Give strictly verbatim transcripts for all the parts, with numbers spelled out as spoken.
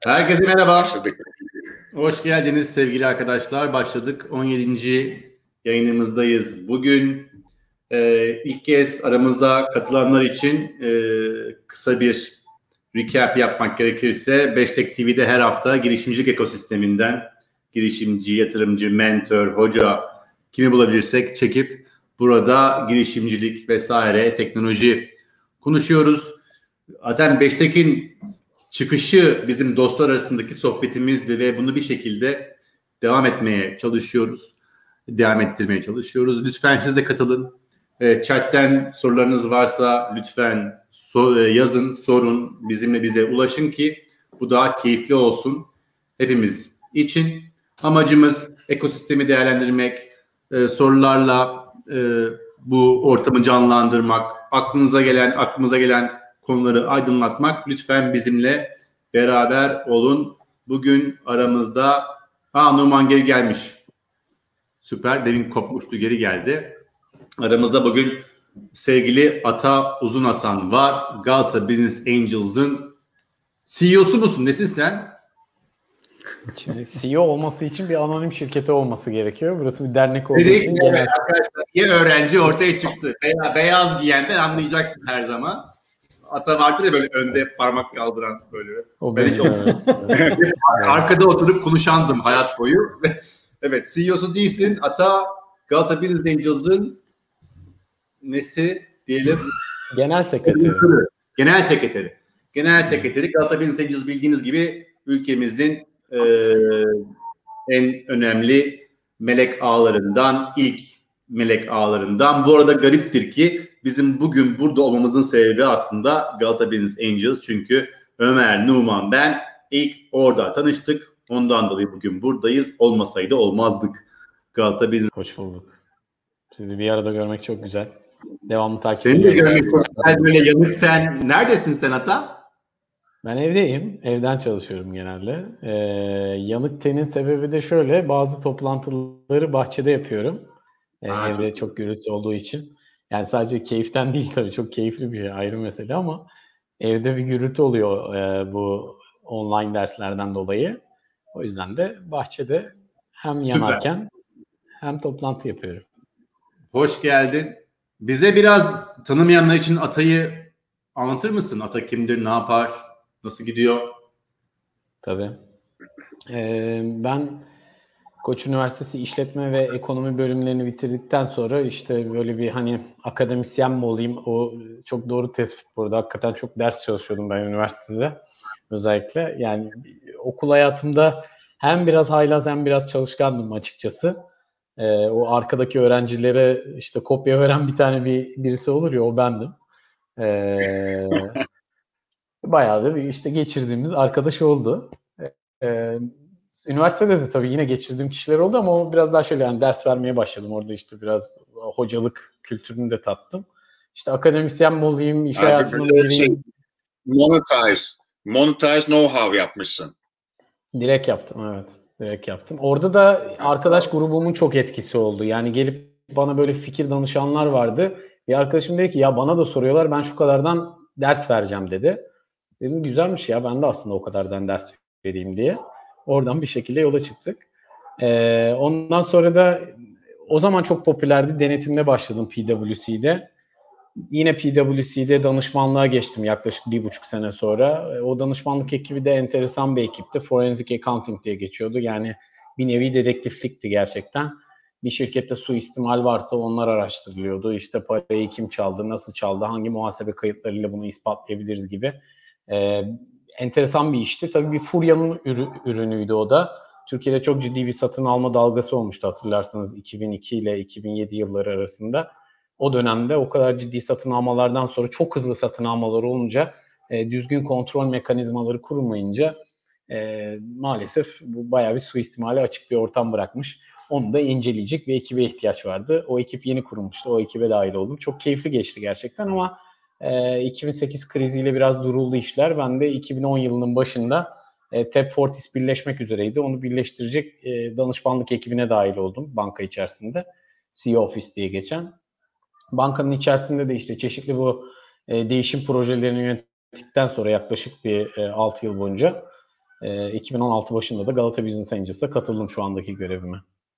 Herkese merhaba. Başladık. Hoş geldiniz sevgili arkadaşlar. Başladık. on yedinci yayınımızdayız. Bugün e, ilk kez aramıza katılanlar için e, kısa bir recap yapmak gerekirse Beştek T V'de her hafta girişimcilik ekosisteminden girişimci, yatırımcı, mentor, hoca kimi bulabilirsek çekip burada girişimcilik vesaire teknoloji konuşuyoruz. Zaten Beştek'in çıkışı bizim dostlar arasındaki sohbetimizdi ve bunu bir şekilde devam etmeye çalışıyoruz. Devam ettirmeye çalışıyoruz. Lütfen siz de katılın. E, chat'ten sorularınız varsa lütfen so- yazın, sorun, bizimle bize ulaşın ki bu daha keyifli olsun hepimiz için. Amacımız ekosistemi değerlendirmek, e, sorularla e, bu ortamı canlandırmak, aklınıza gelen, aklımıza gelen konuları aydınlatmak. Lütfen bizimle beraber olun. Bugün aramızda ha Numan geri gelmiş. Süper. Demin kopmuştu, geri geldi. Aramızda bugün sevgili Ata Uzun Hasan var. Galata Business Angels'ın C E O'su musun? Nesin sen? Şimdi C E O olması için bir anonim şirketi olması gerekiyor. Burası bir dernek olduğu Direkt, için. evet, genel... arkadaşlar, ya öğrenci ortaya çıktı. Beyaz, beyaz giyenden anlayacaksın her zaman. Ata vardır ya böyle önde parmak kaldıran böyle. O ben hiç evet. Arkada oturup konuşandım hayat boyu. Evet, C E O'su değilsin. Ata Galata Business Angels'ın nesi diyelim? Genel sekreteri. Genel sekreteri. Genel sekreteri. Galata Business Angels bildiğiniz gibi ülkemizin e, en önemli melek ağlarından, ilk melek ağlarından. Bu arada gariptir ki bizim bugün burada olmamızın sebebi aslında Galata Business Angels. Çünkü Ömer, Numan, ben ilk orada tanıştık. Ondan dolayı bugün buradayız. Olmasaydı olmazdık. Galata Business. Hoş bulduk. Sizi bir arada görmek çok güzel. Devamlı takip Seni de görmek çok güzel. Böyle yanık sen. Neredesin sen Ata? Ben evdeyim. Evden çalışıyorum genelde. Ee, yanık tenin sebebi de şöyle. Bazı toplantıları bahçede yapıyorum. Ee, Aa, evde çok, çok gürültü olduğu için. Yani sadece keyiften değil tabii. Çok keyifli bir şey. Ayrı mesele ama evde bir gürültü oluyor e, bu online derslerden dolayı. O yüzden de bahçede hem süper. yanarken hem toplantı yapıyorum. Hoş geldin. Bize biraz tanımayanlar için Ata'yı anlatır mısın? Ata kimdir, ne yapar, nasıl gidiyor? Tabii. Ee, ben Koç Üniversitesi İşletme ve Ekonomi bölümlerini bitirdikten sonra işte böyle bir hani akademisyen mi olayım? O çok doğru tespit burada. Hakikaten çok ders çalışıyordum ben üniversitede özellikle. Yani okul hayatımda hem biraz haylaz hem biraz çalışkandım açıkçası. Ee, o arkadaki öğrencilere işte kopya veren bir tane bir birisi olur ya, o bendim. Ee, bayağı da bir işte geçirdiğimiz arkadaş oldu. Ee, üniversitede de tabii yine geçirdiğim kişiler oldu ama o biraz daha şöyle yani ders vermeye başladım. Orada işte biraz hocalık kültürünü de tattım. İşte akademisyen mi olayım, iş Abi hayatına mı gireyim? Şey, monetize, monetize know-how yapmışsın. Direkt yaptım, evet. Direkt yaptım. Orada da arkadaş grubumun çok etkisi oldu. Yani gelip bana böyle fikir danışanlar vardı. Bir arkadaşım dedi ki ya bana da soruyorlar, ben şu kadardan ders vereceğim dedi. Dedim güzelmiş ya, ben de aslında o kadardan ders vereyim diye. Oradan bir şekilde yola çıktık. Ee, ondan sonra da o zaman çok popülerdi. Denetimle başladım P W C'de. Yine P W C'de danışmanlığa geçtim yaklaşık bir buçuk sene sonra. O danışmanlık ekibi de enteresan bir ekipti. Forensic Accounting diye geçiyordu. Yani bir nevi dedektiflikti gerçekten. Bir şirkette suistimal varsa onlar araştırılıyordu. İşte parayı kim çaldı, nasıl çaldı, hangi muhasebe kayıtlarıyla bunu ispatlayabiliriz gibi. Ee, enteresan bir işti. Tabii bir furyanın ürünüydü o da. Türkiye'de çok ciddi bir satın alma dalgası olmuştu hatırlarsanız iki bin iki ile iki bin yedi yılları arasında. O dönemde o kadar ciddi satın almalardan sonra çok hızlı satın almalar olunca e, düzgün kontrol mekanizmaları kurulmayınca e, maalesef bu bayağı bir suistimale açık bir ortam bırakmış. Onu da inceleyecek bir ekibe ihtiyaç vardı. O ekip yeni kurulmuştu. O ekibe dahil oldum. Çok keyifli geçti gerçekten ama e, iki bin sekiz kriziyle biraz duruldu işler. Ben de iki bin on yılının başında e, Tab Fortis birleşmek üzereydi. Onu birleştirecek e, danışmanlık ekibine dahil oldum banka içerisinde. C E O Office diye geçen. Bankanın içerisinde de işte çeşitli bu e, değişim projelerini yönettikten sonra yaklaşık bir e, altı yıl boyunca E, iki bin on altı başında da Galata Business Angels'a katıldım şu andaki görevime.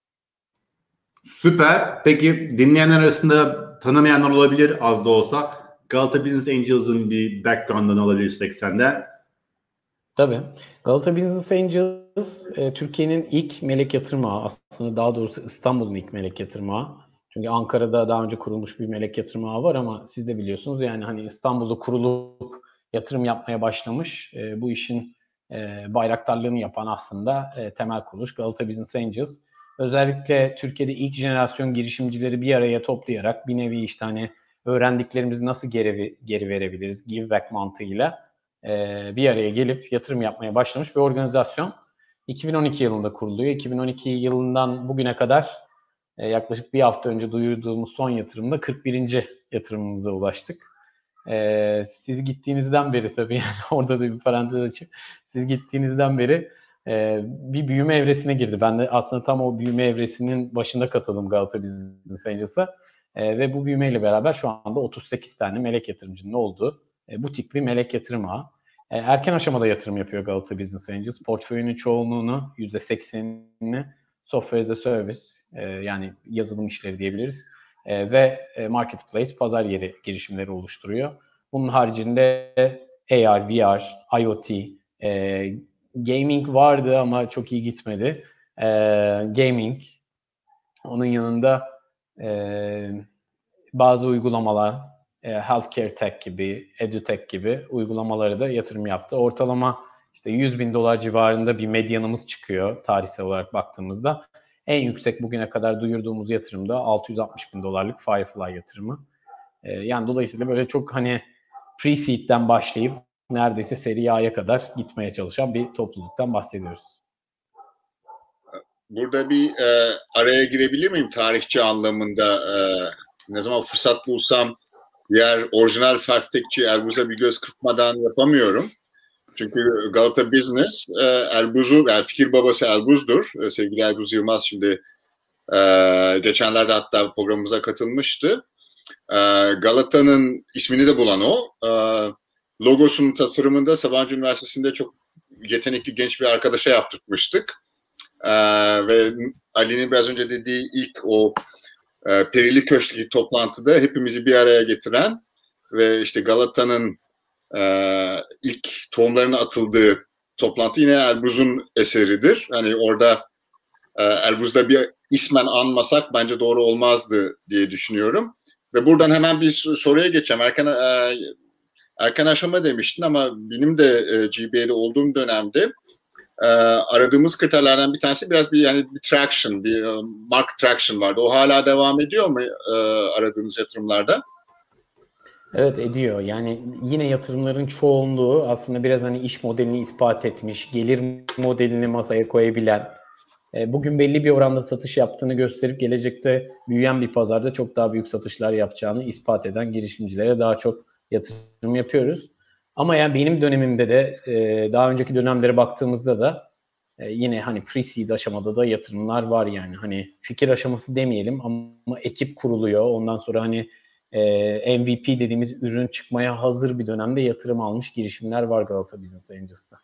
Süper. Peki dinleyenler arasında tanımayanlar olabilir az da olsa. Galata Business Angels'ın bir background'ını alabilirsek senden. Tabii. Galata Business Angels e, Türkiye'nin ilk melek yatırım ağı. Aslında daha doğrusu İstanbul'un ilk melek yatırım ağı. Çünkü Ankara'da daha önce kurulmuş bir melek yatırım ağı var ama siz de biliyorsunuz yani hani İstanbul'da kurulup yatırım yapmaya başlamış. E, bu işin e, bayraktarlığını yapan aslında e, temel kuruluş Galata Business Angels. Özellikle Türkiye'de ilk jenerasyon girişimcileri bir araya toplayarak bir nevi işte hani öğrendiklerimizi nasıl geri, geri verebiliriz give back mantığıyla bir araya gelip yatırım yapmaya başlamış bir organizasyon. iki bin on iki yılında kuruluyor. iki bin on iki yılından bugüne kadar yaklaşık bir hafta önce duyurduğumuz son yatırımda kırk birinci yatırımımıza ulaştık. Siz gittiğinizden beri tabii yani orada da bir parantez açıp siz gittiğinizden beri bir büyüme evresine girdi. Ben de aslında tam o büyüme evresinin başında katıldım Galata Business Angels'a. Ve bu büyümeyle beraber şu anda otuz sekiz tane melek yatırımcının olduğu butik bir melek yatırım ağı. Erken aşamada yatırım yapıyor Galata Business Angels. Portföyünün çoğunluğunu, yüzde seksenini software as a service, yani yazılım işleri diyebiliriz. Ve marketplace, pazar yeri girişimleri oluşturuyor. Bunun haricinde A R, V R, IoT, gaming vardı ama çok iyi gitmedi. Gaming, onun yanında bazı uygulamalar, healthcare tech gibi, edutech gibi uygulamalara da yatırım yaptı. Ortalama işte yüz bin dolar civarında bir medyanımız çıkıyor tarihsel olarak baktığımızda. En yüksek bugüne kadar duyurduğumuz yatırımda altı yüz altmış bin dolarlık Firefly yatırımı. Yani dolayısıyla böyle çok hani pre-seed'den başlayıp neredeyse seri A'ya kadar gitmeye çalışan bir topluluktan bahsediyoruz. Burada bir e, araya girebilir miyim tarihçi anlamında? E, ne zaman fırsat bulsam diğer orijinal Farfetch'çi Elbruz'a bir göz kırpmadan yapamıyorum. Çünkü Galata Business e, Elbruz'u, yani fikir babası Elbruz'dur. E, sevgili Elbruz Yılmaz şimdi e, geçenlerde hatta programımıza katılmıştı. E, Galata'nın ismini de bulan o. E, logosunun tasarımında Sabancı Üniversitesi'nde çok yetenekli genç bir arkadaşa yaptırmıştık. E, ve Ali'nin biraz önce dediği ilk o e, Perili Köşk'teki toplantıda hepimizi bir araya getiren ve işte Galata'nın e, ilk tohumlarına atıldığı toplantı yine Elbruz'un eseridir. Hani orada e, Elbruz'da bir ismen anmasak bence doğru olmazdı diye düşünüyorum. Ve buradan hemen bir soruya geçeceğim. Erken e, erken aşama demiştin ama benim de e, G B A'de olduğum dönemde e, aradığımız kriterlerden bir tanesi biraz bir yani bir traction, bir e, market traction vardı. O hala devam ediyor mu e, aradığınız yatırımlarda? Evet, ediyor. Yani yine yatırımların çoğunluğu aslında biraz hani iş modelini ispat etmiş, gelir modelini masaya koyabilen, bugün belli bir oranda satış yaptığını gösterip gelecekte büyüyen bir pazarda çok daha büyük satışlar yapacağını ispat eden girişimcilere daha çok yatırım yapıyoruz. Ama yani benim dönemimde de daha önceki dönemlere baktığımızda da yine hani pre-seed aşamada da yatırımlar var yani. Hani fikir aşaması demeyelim ama ekip kuruluyor. Ondan sonra hani M V P dediğimiz ürün çıkmaya hazır bir dönemde yatırım almış girişimler var Galata Business Angels'ta.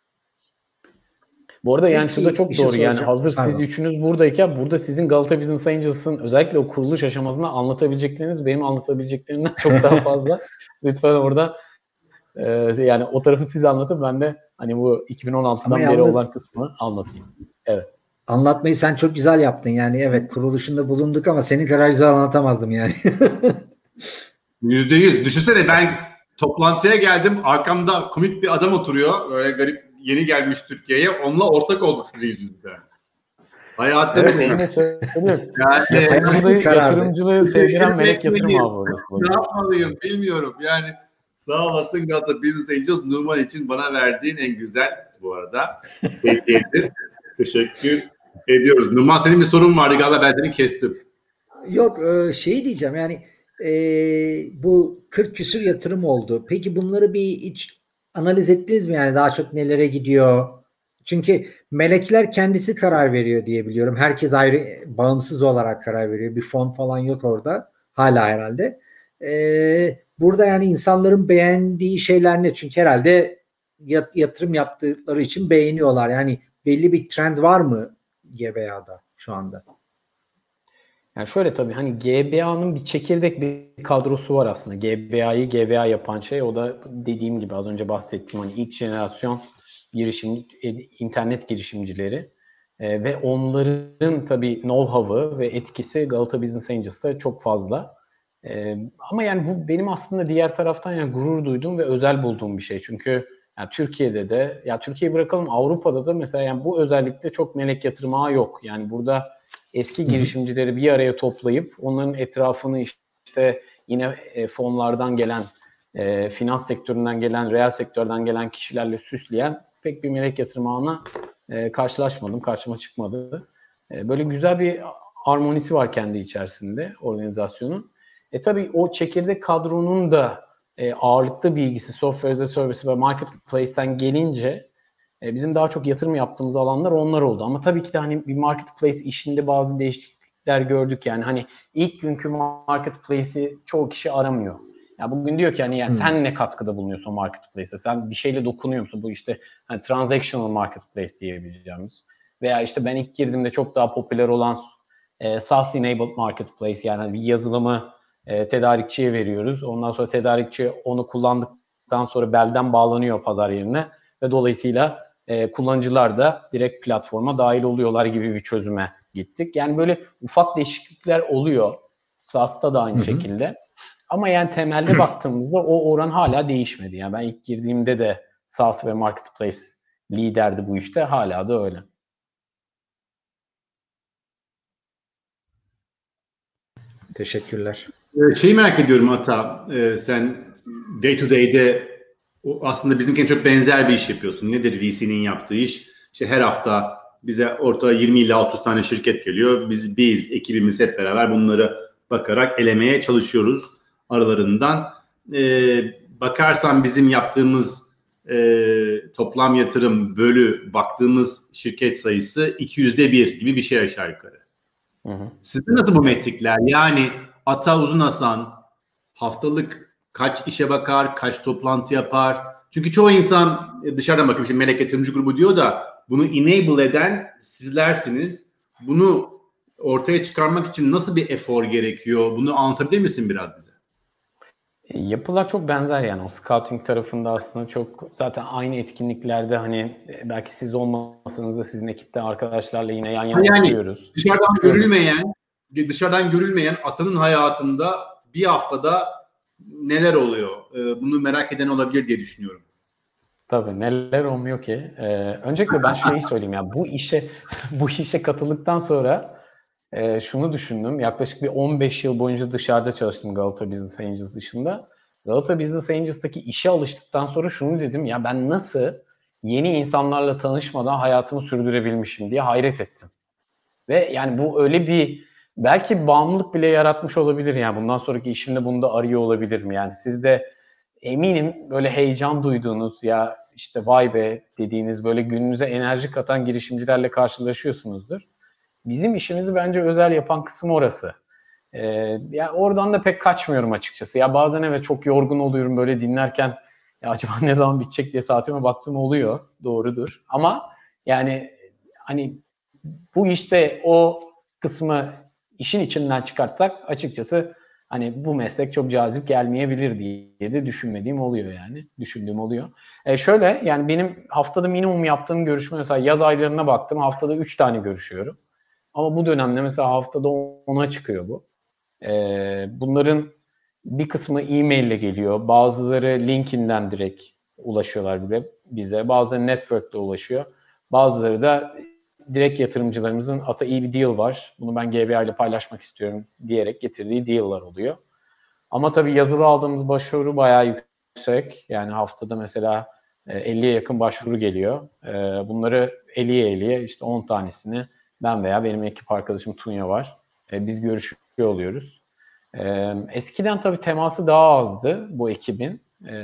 Bu arada yani şu da çok doğru yani hazır Pardon. Siz üçünüz buradayken burada sizin Galata Business Angels'ın özellikle o kuruluş aşamasında anlatabilecekleriniz benim anlatabileceklerimden çok daha fazla. Lütfen orada e, yani o tarafı siz anlatın, ben de hani bu iki bin on altıdan beri yalnız, olan kısmı anlatayım. Evet. Anlatmayı sen çok güzel yaptın yani evet kuruluşunda bulunduk ama senin kadar güzel anlatamazdım yani. Yüzde yüz. Düşünsene ben toplantıya geldim, arkamda komik bir adam oturuyor. Böyle garip, yeni gelmiş Türkiye'ye. Onunla ortak olduk sizin yüzünden. Hayatım. Evet, yine söylüyoruz. Yani yatırımcılığı, yatırımcılığı sevdiren melek yatırım abi orası. Ne yapmalıyım bilmiyorum. Yani sağ olasın Galata Business Angels, Numan için bana verdiğin en güzel bu arada hediyedir. Teşekkür ediyoruz. Numan, senin bir sorun vardı galiba, ben seni kestim. Yok şey diyeceğim yani e, bu kırk küsür yatırım oldu. Peki bunları bir hiç analiz ettiniz mi yani daha çok nelere gidiyor? Çünkü melekler kendisi karar veriyor diye biliyorum. Herkes ayrı bağımsız olarak karar veriyor. Bir fon falan yok orada. Hala herhalde. Ee, burada yani insanların beğendiği şeyler ne? Çünkü herhalde yatırım yaptıkları için beğeniyorlar. Yani belli bir trend var mı G B A'da şu anda? Yani şöyle tabii hani G B A'nın bir çekirdek bir kadrosu var aslında. G B A'yı G B A yapan şey o da dediğim gibi az önce bahsettiğim hani ilk jenerasyon girişim internet girişimcileri ee, ve onların tabii know-how'ı ve etkisi Galata Business Angels'ta çok fazla. Ee, ama yani bu benim aslında diğer taraftan yani gurur duyduğum ve özel bulduğum bir şey. Çünkü yani Türkiye'de de ya Türkiye'yi bırakalım Avrupa'da da mesela yani bu özellikle çok melek yatırım ağı yok. Yani burada eski girişimcileri bir araya toplayıp onların etrafını işte yine fonlardan gelen, e, finans sektöründen gelen, reel sektörden gelen kişilerle süsleyen pek bir melek yatırım ağına e, karşılaşmadım, karşıma çıkmadı. E, böyle güzel bir armonisi var kendi içerisinde organizasyonun. E tabii o çekirdek kadronun da e, ağırlıklı bilgisi Software as a Service ve Marketplace'ten gelince e, bizim daha çok yatırım yaptığımız alanlar onlar oldu. Ama tabii ki de hani bir Marketplace işinde bazı değişiklikler gördük. Yani hani ilk günkü Marketplace'i çoğu kişi aramıyor. Ya bugün diyor ki hani yani hmm. sen ne katkıda bulunuyorsun Marketplace'e? Sen bir şeyle dokunuyor musun? Bu işte hani transactional Marketplace diyebileceğimiz. Veya işte ben ilk girdiğimde çok daha popüler olan e, SaaS enabled Marketplace yani bir yazılımı e, tedarikçiye veriyoruz. Ondan sonra tedarikçi onu kullandıktan sonra belden bağlanıyor pazar yerine ve dolayısıyla e, kullanıcılar da direkt platforma dahil oluyorlar gibi bir çözüme gittik. Yani böyle ufak değişiklikler oluyor. SaaS'ta da aynı hı hı. şekilde. Ama yani temelde baktığımızda o oran hala değişmedi. Yani ben ilk girdiğimde de SaaS ve Marketplace liderdi bu işte. Hala da öyle. Teşekkürler. Şeyi merak ediyorum Ata. Ee, sen day to day'de aslında bizimkine çok benzer bir iş yapıyorsun. Nedir V C'nin yaptığı iş? İşte her hafta bize orta yirmi ila otuz tane şirket geliyor. Biz biz ekibimiz hep beraber bunları bakarak elemeye çalışıyoruz aralarından. Ee, bakarsan bizim yaptığımız e, toplam yatırım bölü baktığımız şirket sayısı iki yüzde bir gibi bir şey aşağı yukarı. Hı hı. Sizde nasıl bu metrikler? Yani Ata Uzun Hasan haftalık kaç işe bakar, kaç toplantı yapar? Çünkü çoğu insan dışarıdan bakıp işte melek yatırımcı grubu diyor da bunu enable eden sizlersiniz. Bunu ortaya çıkarmak için nasıl bir efor gerekiyor? Bunu anlatabilir misin biraz bize? Yapılar çok benzer yani o scouting tarafında aslında çok zaten aynı etkinliklerde hani belki siz olmasanız da sizin ekipte arkadaşlarla yine yan yana yani oturuyoruz. Dışarıdan görülmeyen, dışarıdan görülmeyen Ata'nın hayatında bir haftada neler oluyor? Bunu merak eden olabilir diye düşünüyorum. Tabii neler olmuyor ki. Ee, öncelikle ben şeyi söyleyeyim ya bu işe bu işe katıldıktan sonra e, şunu düşündüm. Yaklaşık bir on beş yıl boyunca dışarıda çalıştım Galata Business Angels dışında. Galata Business Angels'taki işe alıştıktan sonra şunu dedim ya ben nasıl yeni insanlarla tanışmadan hayatımı sürdürebilmişim diye hayret ettim. Ve yani bu öyle bir belki bağımlılık bile yaratmış olabilir yani bundan sonraki işimde bunu da arıyor olabilirim yani siz de eminim böyle heyecan duyduğunuz ya işte vay be dediğiniz böyle gününüze enerji katan girişimcilerle karşılaşıyorsunuzdur. Bizim işimizi bence özel yapan kısım orası. Ee, yani oradan da pek kaçmıyorum açıkçası. Ya bazen evet çok yorgun oluyorum böyle dinlerken ya acaba ne zaman bitecek diye saatime baktığım oluyor. Doğrudur. Ama yani hani bu işte o kısmı işin içinden çıkartsak açıkçası hani bu meslek çok cazip gelmeyebilir diye de düşünmediğim oluyor yani. Düşündüğüm oluyor. E şöyle yani benim haftada minimum yaptığım görüşme mesela yaz aylarına baktım haftada üç tane görüşüyorum. Ama bu dönemde mesela haftada ona çıkıyor bu. E, bunların bir kısmı e-mail ile geliyor. Bazıları LinkedIn'den direkt ulaşıyorlar bile bize. Bazıları network'le ulaşıyor. Bazıları da direkt yatırımcılarımızın ata iyi bir deal var. Bunu ben G B A ile paylaşmak istiyorum diyerek getirdiği deal'lar oluyor. Ama tabii yazılı aldığımız başvuru bayağı yüksek. Yani haftada mesela elliye yakın başvuru geliyor. Bunları elliye elliye işte on tanesini ben veya benim ekip arkadaşım Tunya var. Biz görüşüyor oluyoruz. Eskiden tabii teması daha azdı bu ekibin.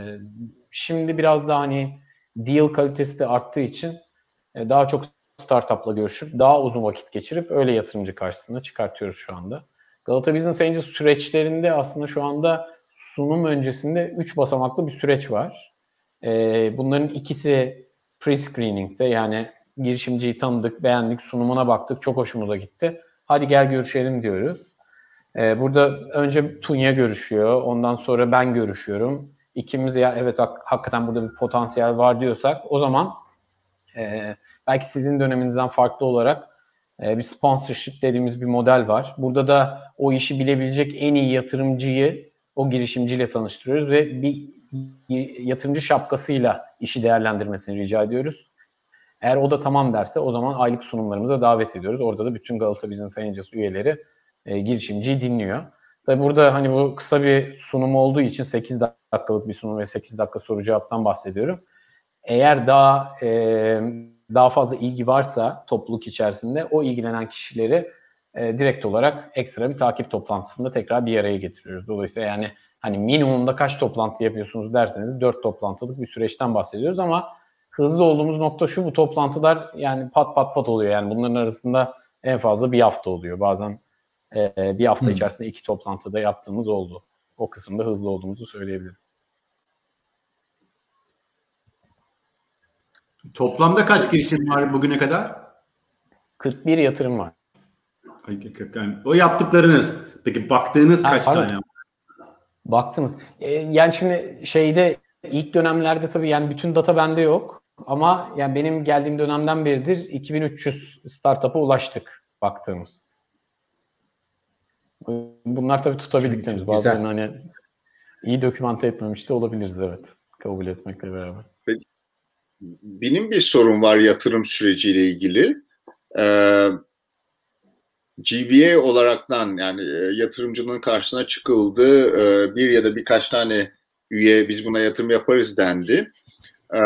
Şimdi biraz daha hani deal kalitesi de arttığı için daha çok startup'la görüşüp daha uzun vakit geçirip öyle yatırımcı karşısına çıkartıyoruz şu anda. Galata Business Angels süreçlerinde aslında şu anda sunum öncesinde üç basamaklı bir süreç var. E, bunların ikisi pre-screening'de, yani girişimciyi tanıdık, beğendik, sunumuna baktık, çok hoşumuza gitti. Hadi gel görüşelim diyoruz. Ee, burada önce Tunya görüşüyor, ondan sonra ben görüşüyorum. İkimiz ya evet hak, hakikaten burada bir potansiyel var diyorsak o zaman e, belki sizin döneminizden farklı olarak e, bir sponsorship dediğimiz bir model var. Burada da o işi bilebilecek en iyi yatırımcıyı o girişimciyle tanıştırıyoruz ve bir yatırımcı şapkasıyla işi değerlendirmesini rica ediyoruz. Eğer o da tamam derse o zaman aylık sunumlarımıza davet ediyoruz. Orada da bütün Galata Business Angels üyeleri e, girişimciyi dinliyor. Tabii burada hani bu kısa bir sunum olduğu için sekiz dakikalık bir sunum ve sekiz dakika soru cevaptan bahsediyorum. Eğer daha e, daha fazla ilgi varsa topluluk içerisinde o ilgilenen kişileri e, direkt olarak ekstra bir takip toplantısında tekrar bir araya getiriyoruz. Dolayısıyla yani hani minimumda kaç toplantı yapıyorsunuz derseniz dört toplantılık bir süreçten bahsediyoruz ama hızlı olduğumuz nokta şu: bu toplantılar yani pat pat pat oluyor. Yani bunların arasında en fazla bir hafta oluyor. Bazen e, bir hafta hmm. içerisinde iki toplantıda yaptığımız oldu. O kısımda hızlı olduğumuzu söyleyebilirim. Toplamda kaç girişim var bugüne kadar? kırk bir yatırım var. Yani o yaptıklarınız. Peki baktığınız ha, kaç pardon. tane? Baktınız. E, yani şimdi şeyde ilk dönemlerde tabii yani bütün data bende yok. Ama yani benim geldiğim dönemden beridir iki bin üç yüz startup'a ulaştık baktığımız. Bunlar tabii tutabildiklerimiz. Bazılarını hani iyi dokümante etmemiş de olabiliriz, evet. Kabul etmekle beraber. Benim bir sorun var yatırım süreciyle ilgili. Ee, G B A olaraktan yani yatırımcının karşısına çıkıldı. Ee, bir ya da birkaç tane üye biz buna yatırım yaparız dendi. Ee,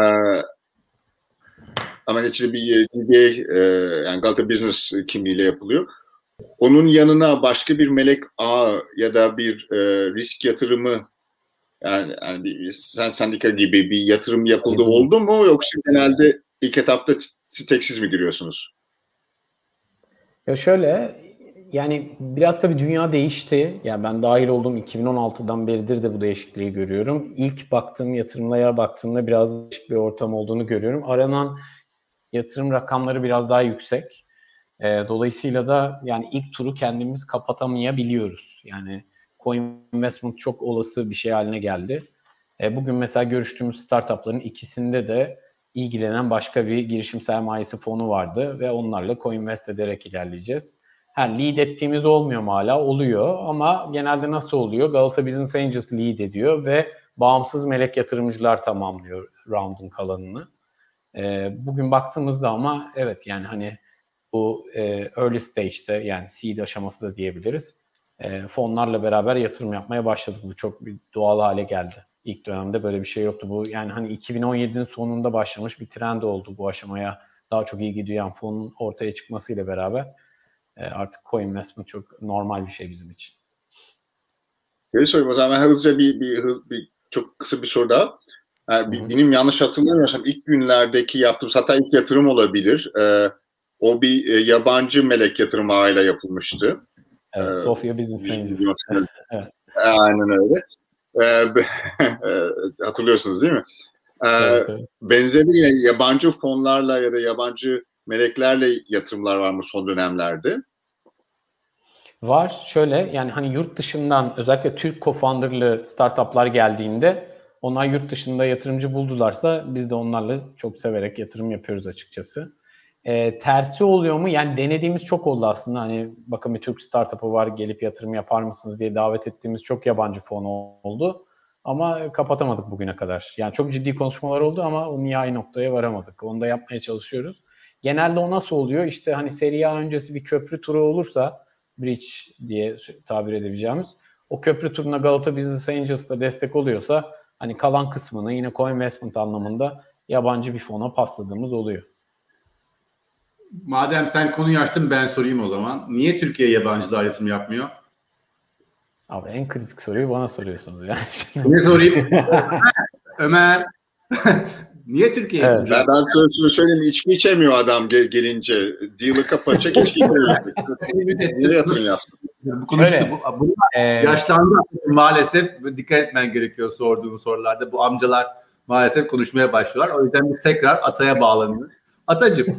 ama neticede bir G B A e, yani Galata Business kimliğiyle yapılıyor. Onun yanına başka bir melek ağ ya da bir e, risk yatırımı yani, yani bir sen sendika gibi bir yatırım yapıldı oldu mu, yoksa genelde ilk etapta teksiz mi giriyorsunuz? Ya şöyle, yani biraz tabii dünya değişti. Yani ben dahil olduğum iki bin on altıdan beridir de bu değişikliği görüyorum. İlk baktığım yatırımlara baktığımda biraz değişik bir ortam olduğunu görüyorum. Aranan yatırım rakamları biraz daha yüksek. E, dolayısıyla da yani ilk turu kendimiz kapatamayabiliyoruz. Yani co-investment çok olası bir şey haline geldi. E, bugün mesela görüştüğümüz startupların ikisinde de ilgilenen başka bir girişim sermayesi fonu vardı ve onlarla co-invest ederek ilerleyeceğiz. Ha, lead ettiğimiz olmuyor mu hala? Oluyor ama genelde nasıl oluyor? Galata Business Angels lead ediyor ve bağımsız melek yatırımcılar tamamlıyor round'un kalanını. E, bugün baktığımızda ama evet yani hani bu e, early stage'de yani seed aşaması da diyebiliriz. E, fonlarla beraber yatırım yapmaya başladık. Bu çok bir doğal hale geldi. İlk dönemde böyle bir şey yoktu. Bu yani hani iki bin on yedinin sonunda başlamış bir trend oldu bu aşamaya daha çok ilgi duyan fonun ortaya çıkmasıyla beraber. E, artık co-investment çok normal bir şey bizim için. Öyle sorayım o zaman, hızlıca bir, bir, bir, bir çok kısa bir soru daha. Yani bir, benim yanlış hatırlamıyorsam ilk günlerdeki yaptığımız, hatta ilk yatırım olabilir. E, o bir e, yabancı melek yatırım ağıyla yapılmıştı. Evet, ee, Sofia Business Angels. Evet. Aynen öyle. Ee, hatırlıyorsunuz değil mi? Ee, evet, evet. Benzeri yine yabancı fonlarla ya da yabancı meleklerle yatırımlar var mı son dönemlerde? Var. Şöyle yani hani yurt dışından özellikle Türk co-founder'lı startuplar geldiğinde onlar yurt dışında yatırımcı buldularsa biz de onlarla çok severek yatırım yapıyoruz açıkçası. E, tersi oluyor mu? Yani denediğimiz çok oldu aslında. Hani bakın bir Türk startup'ı var, gelip yatırım yapar mısınız diye davet ettiğimiz çok yabancı fon oldu. Ama kapatamadık bugüne kadar. Yani çok ciddi konuşmalar oldu ama o nihai noktaya varamadık. Onu da yapmaya çalışıyoruz. Genelde o nasıl oluyor? İşte hani Serie A öncesi bir köprü turu olursa, bridge diye tabir edebileceğimiz, o köprü turuna Galata Business Angels da destek oluyorsa hani kalan kısmını yine co-investment anlamında yabancı bir fona pasladığımız oluyor. Madem sen konuyu açtın ben sorayım o zaman. Niye Türkiye yabancılar yatırım yapmıyor? Abi en kritik soruyu bana soruyorsunuz yani. Ne sorayım? Ömer. Niye Türkiye evet. Ben, ben sorusunu söyleyeyim. İçki içemiyor adam gel- gelince. Deal'ı kapatacak, içki içemiyor. Niye yatırım yapsın? Bu konuştuk. Bu, bu, e... Yaşlandı maalesef. Dikkat etmen gerekiyor sorduğun sorularda. Bu amcalar maalesef konuşmaya başlıyorlar. O yüzden biz tekrar Atay'a bağlanıyoruz. Atacığım.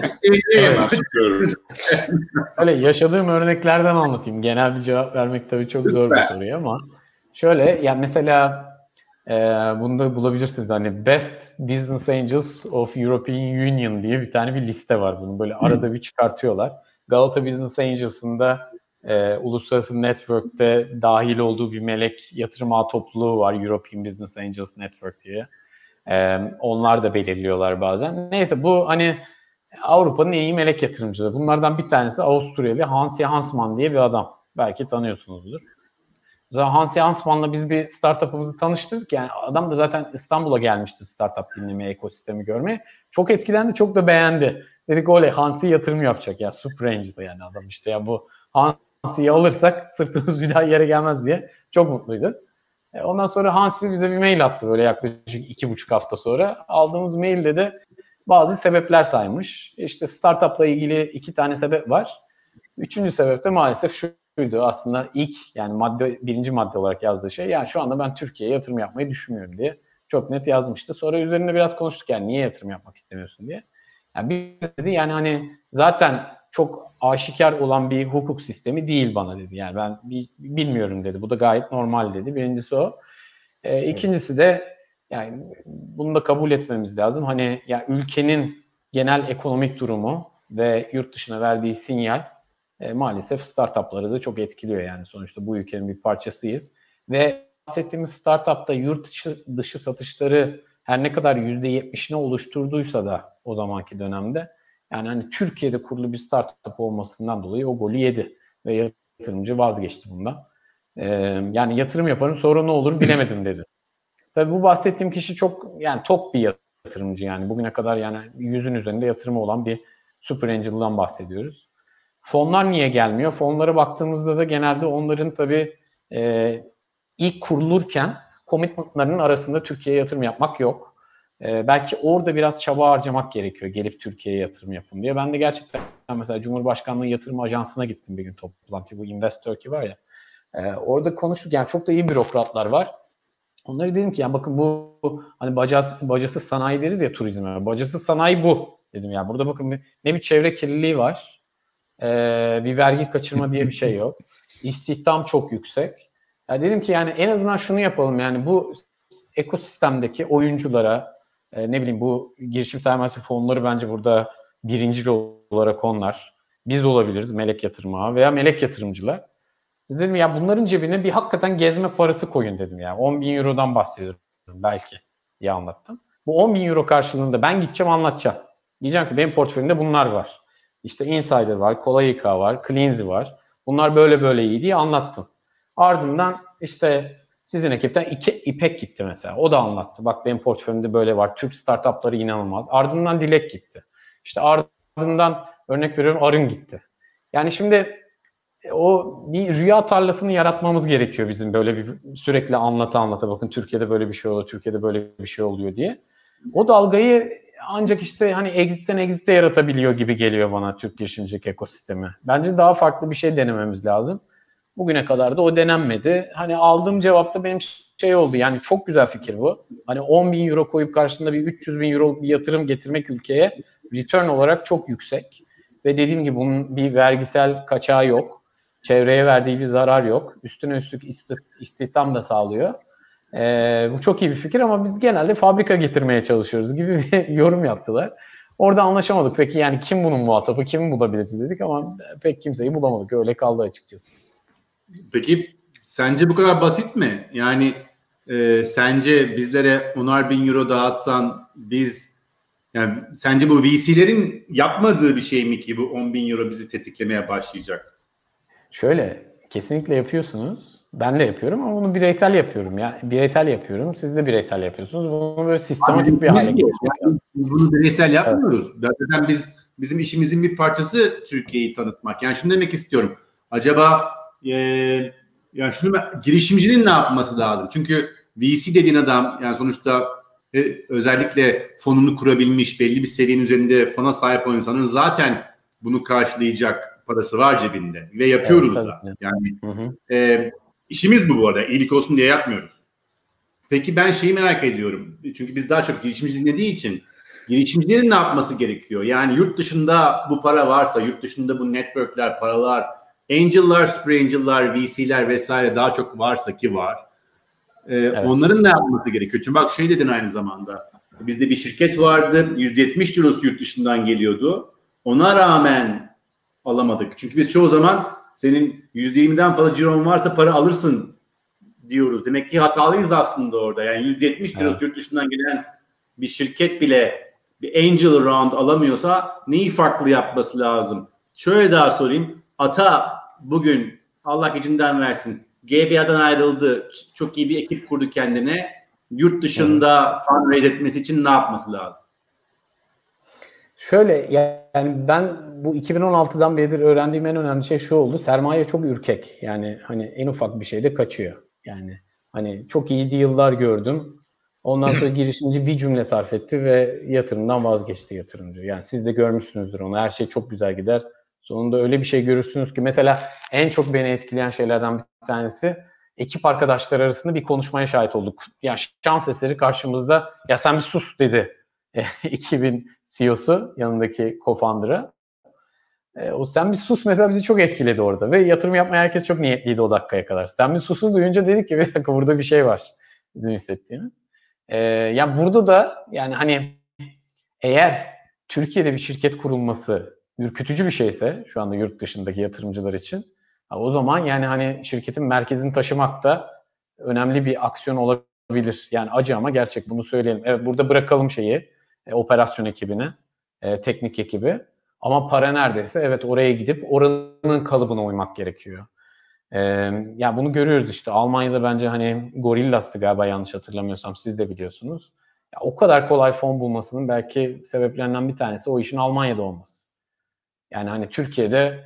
Öyle yaşadığım örneklerden anlatayım. Genel bir cevap vermek tabii çok zor bir soru ama şöyle yani mesela e, bunu da bulabilirsiniz. Hani Best Business Angels of European Union diye bir tane bir liste var. Bunu böyle arada bir çıkartıyorlar. Galata Business Angels'ın da e, uluslararası network'te dahil olduğu bir melek yatırım ağ topluluğu var. European Business Angels Network diye. E, onlar da belirliyorlar bazen. Neyse bu hani Avrupa'nın en iyi melek yatırımcıları. Bunlardan bir tanesi Avusturyalı Hansi Hansman diye bir adam. Belki tanıyorsunuzdur. Mesela Hansi Hansman'la biz bir startup'ımızı tanıştırdık. Yani adam da zaten İstanbul'a gelmişti startup dinlemeye, ekosistemi görmeye. Çok etkilendi, çok da beğendi. Dedik oley Hansi yatırım yapacak ya. Super Angel'da yani adam işte ya bu Hansi'yi alırsak sırtımız bir daha yere gelmez diye. Çok mutluydu. Ondan sonra Hansi bize bir mail attı böyle yaklaşık iki buçuk hafta sonra. Aldığımız mailde de bazı sebepler saymış. İşte startup'la ilgili iki tane sebep var. Üçüncü sebep de maalesef şuydu aslında ilk yani madde birinci madde olarak yazdığı şey. Yani şu anda ben Türkiye'ye yatırım yapmayı düşünmüyorum diye çok net yazmıştı. Sonra üzerine biraz konuştuk yani niye yatırım yapmak istemiyorsun diye. Yani bir dedi yani hani zaten çok aşikar olan bir hukuk sistemi değil bana dedi. Yani ben bilmiyorum dedi. Bu da gayet normal dedi. Birincisi o. E, ikincisi de yani bunu da kabul etmemiz lazım. Hani ya ülkenin genel ekonomik durumu ve yurt dışına verdiği sinyal e, maalesef startupları da çok etkiliyor yani. Sonuçta bu ülkenin bir parçasıyız. Ve bahsettiğimiz startupta yurt dışı, dışı satışları her ne kadar yüzde yetmişini oluşturduysa da o zamanki dönemde yani hani Türkiye'de kurulu bir startup olmasından dolayı o golü yedi ve yatırımcı vazgeçti bundan. E, yani yatırım yaparım sonra ne olur bilemedim dedi. Tabii bu bahsettiğim kişi çok yani top bir yatırımcı yani bugüne kadar yani yüzün üzerinde yatırımı olan bir Super Angel'dan bahsediyoruz. Fonlar niye gelmiyor? Fonlara baktığımızda da genelde onların tabii e, ilk kurulurken commitment'larının arasında Türkiye'ye yatırım yapmak yok. E, belki orada biraz çaba harcamak gerekiyor gelip Türkiye'ye yatırım yapın diye. Ben de gerçekten mesela Cumhurbaşkanlığı Yatırım Ajansı'na gittim bir gün toplantı bu Invest Turkey var ya. E, orada konuştuk yani çok da iyi bürokratlar var. Onlara dedim ki ya bakın bu hani bacası, bacasız sanayi deriz ya turizme. Bacasız sanayi bu dedim ya. Burada bakın ne bir çevre kirliliği var. Ee, bir vergi kaçırma diye bir şey yok. İstihdam çok yüksek. Ya dedim ki yani en azından şunu yapalım yani bu ekosistemdeki oyunculara e, ne bileyim bu girişim sermayesi fonları bence burada birincil olarak onlar. Biz de olabiliriz melek yatırımı veya melek yatırımcılar. Siz dedim ya bunların cebine bir hakikaten gezme parası koyun dedim ya. on bin eurodan bahsediyorum belki diye anlattım. Bu on bin euro karşılığında ben gideceğim anlatacağım. Diyeceğim ki benim portföyümde bunlar var. İşte Insider var, Kolayika var, Cleansy var. Bunlar böyle böyle iyi diye anlattım. Ardından işte sizin ekipten iki, İpek gitti mesela. O da anlattı. Bak benim portföyümde böyle var. Türk startupları inanılmaz. Ardından Dilek gitti. İşte ardından örnek veriyorum Arın gitti. Yani şimdi o bir rüya tarlasını yaratmamız gerekiyor bizim böyle bir sürekli anlata anlata bakın Türkiye'de böyle bir şey oluyor, Türkiye'de böyle bir şey oluyor diye. O dalgayı ancak işte hani exit'ten exit'te yaratabiliyor gibi geliyor bana Türk girişimcilik ekosistemi. Bence daha farklı bir şey denememiz lazım. Bugüne kadar da o denenmedi. Hani aldığım cevapta benim şey oldu yani çok güzel fikir bu. Hani on bin euro koyup karşılığında bir üç yüz bin euro bir yatırım getirmek ülkeye return olarak çok yüksek. Ve dediğim gibi bunun bir vergisel kaçağı yok. Çevreye verdiği bir zarar yok. Üstüne üstlük istihdam da sağlıyor. Ee, bu çok iyi bir fikir ama biz genelde fabrika getirmeye çalışıyoruz gibi bir yorum yaptılar. Orada anlaşamadık. Peki yani kim bunun muhatabı, kimi bulabiliriz dedik ama pek kimseyi bulamadık. Öyle kaldı açıkçası. Peki sence bu kadar basit mi? Yani e, sence bizlere onar bin euro dağıtsan biz yani sence bu V C'lerin yapmadığı bir şey mi ki bu on bin euro bizi tetiklemeye başlayacak? Şöyle, kesinlikle yapıyorsunuz. Ben de yapıyorum ama bunu bireysel yapıyorum ya. Bireysel yapıyorum. Siz de bireysel yapıyorsunuz. Bunu böyle sistematik Abi, bir hale getirmek lazım. Biz bunu bireysel yapmıyoruz. Evet. Zaten biz bizim işimizin bir parçası Türkiye'yi tanıtmak. Yani şunu demek istiyorum. Acaba e, yani şunu girişimcinin ne yapması lazım? Çünkü V C dediğin adam yani sonuçta e, özellikle fonunu kurabilmiş belli bir seviyenin üzerinde fona sahip olan insanın zaten bunu karşılayacak parası var cebinde ve yapıyoruz evet, da. Yani hı hı. E, işimiz bu bu arada. İyilik olsun diye yapmıyoruz. Peki ben şeyi merak ediyorum. Çünkü biz daha çok girişimci dinlediği için girişimcilerin ne yapması gerekiyor? Yani yurt dışında bu para varsa, yurt dışında bu networkler, paralar, angel'lar, super angel'lar, V C'ler vesaire daha çok varsa ki var. Ee, evet. Onların ne yapması gerekiyor? Çünkü bak şey dedin aynı zamanda. Bizde bir şirket vardı. yüz yetmiş cirosu yurt dışından geliyordu. Ona rağmen alamadık. Çünkü biz çoğu zaman senin yüzde yirmiden fazla ciron varsa para alırsın diyoruz. Demek ki hatalıyız aslında orada. Yani yüzde yetmiş cirosu evet. yurt dışından gelen bir şirket bile bir angel round alamıyorsa neyi farklı yapması lazım? Şöyle daha sorayım. Ata bugün Allah gecinden versin G B A'dan ayrıldı. Çok iyi bir ekip kurdu kendine. Yurt dışında evet. fundraise etmesi için ne yapması lazım? Şöyle yani ben bu iki bin on altıdan beridir öğrendiğim en önemli şey şu oldu. Sermaye çok ürkek. Yani hani en ufak bir şeyde kaçıyor. Yani hani çok iyi deal'lar gördüm. Ondan sonra girişimci bir cümle sarf etti ve yatırımdan vazgeçti yatırımcı. Yani siz de görmüşsünüzdür onu. Her şey çok güzel gider. Sonunda öyle bir şey görürsünüz ki mesela en çok beni etkileyen şeylerden bir tanesi ekip arkadaşlar arasında bir konuşmaya şahit olduk. Yani şans eseri karşımızda ya sen bir sus dedi iki bin C E O'su yanındaki co-founder'a. E, o sen bir sus mesela bizi çok etkiledi orada ve yatırım yapmaya herkes çok niyetliydi o dakikaya kadar. Sen bir susu duyunca dedik ki bir dakika burada bir şey var bizim hissettiğimiz. E, ya burada da yani hani eğer Türkiye'de bir şirket kurulması ürkütücü bir şeyse şu anda yurt dışındaki yatırımcılar için o zaman yani hani şirketin merkezini taşımak da önemli bir aksiyon olabilir. Yani acı ama gerçek bunu söyleyelim. Evet burada bırakalım şeyi e, operasyon ekibine, e, teknik ekibi ama para neredeyse evet oraya gidip oranın kalıbına uymak gerekiyor. E, yani bunu görüyoruz işte Almanya'da bence hani Gorillas'tı galiba yanlış hatırlamıyorsam siz de biliyorsunuz. Ya, o kadar kolay fon bulmasının belki sebeplerinden bir tanesi o işin Almanya'da olması. Yani hani Türkiye'de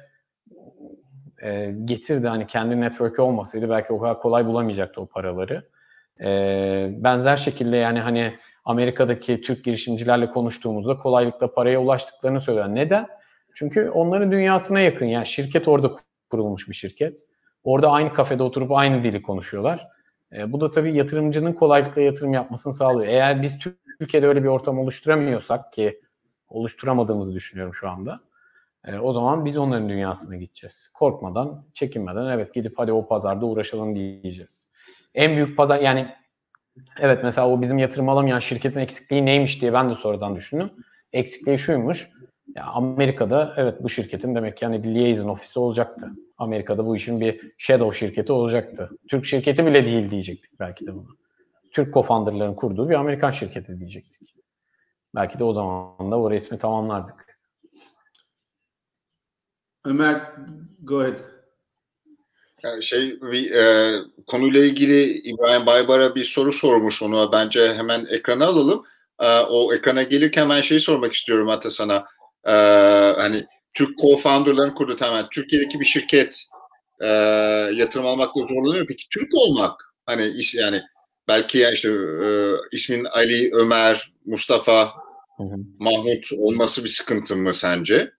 e, getirdi hani kendi network'ü olmasaydı belki o kadar kolay bulamayacaktı o paraları. E, benzer şekilde yani hani Amerika'daki Türk girişimcilerle konuştuğumuzda kolaylıkla paraya ulaştıklarını söylüyorlar. Neden? Çünkü onların dünyasına yakın. Yani şirket orada kurulmuş bir şirket. Orada aynı kafede oturup aynı dili konuşuyorlar. E, bu da tabii yatırımcının kolaylıkla yatırım yapmasını sağlıyor. Eğer biz Türkiye'de öyle bir ortam oluşturamıyorsak ki oluşturamadığımızı düşünüyorum şu anda. E, o zaman biz onların dünyasına gideceğiz. Korkmadan, çekinmeden evet gidip hadi o pazarda uğraşalım diyeceğiz. En büyük pazar yani evet mesela o bizim yatırım alamayan şirketin eksikliği neymiş diye ben de sonradan düşündüm. Eksikliği şuymuş. Ya Amerika'da evet bu şirketin demek ki yani bir liaison ofisi olacaktı. Amerika'da bu işin bir shadow şirketi olacaktı. Türk şirketi bile değil diyecektik belki de bunu. Türk co-founder'ların kurduğu bir Amerikan şirketi diyecektik. Belki de o zaman da o resmi tamamlardık. Ömer, go ahead. Yani şey bir, e, konuyla ilgili İbrahim Baybar'a bir soru sormuş onu. Bence hemen ekrana alalım. E, o ekrana gelirken ben şeyi sormak istiyorum hatta sana. E, hani Türk co-founder'ların kurduğu tamamen Türkiye'deki bir şirket e, yatırım almakta zorlanıyor. Peki Türk olmak hani iş yani belki ya işte e, ismin Ali, Ömer, Mustafa, hı hı. Mahmut olması bir sıkıntı mı sence?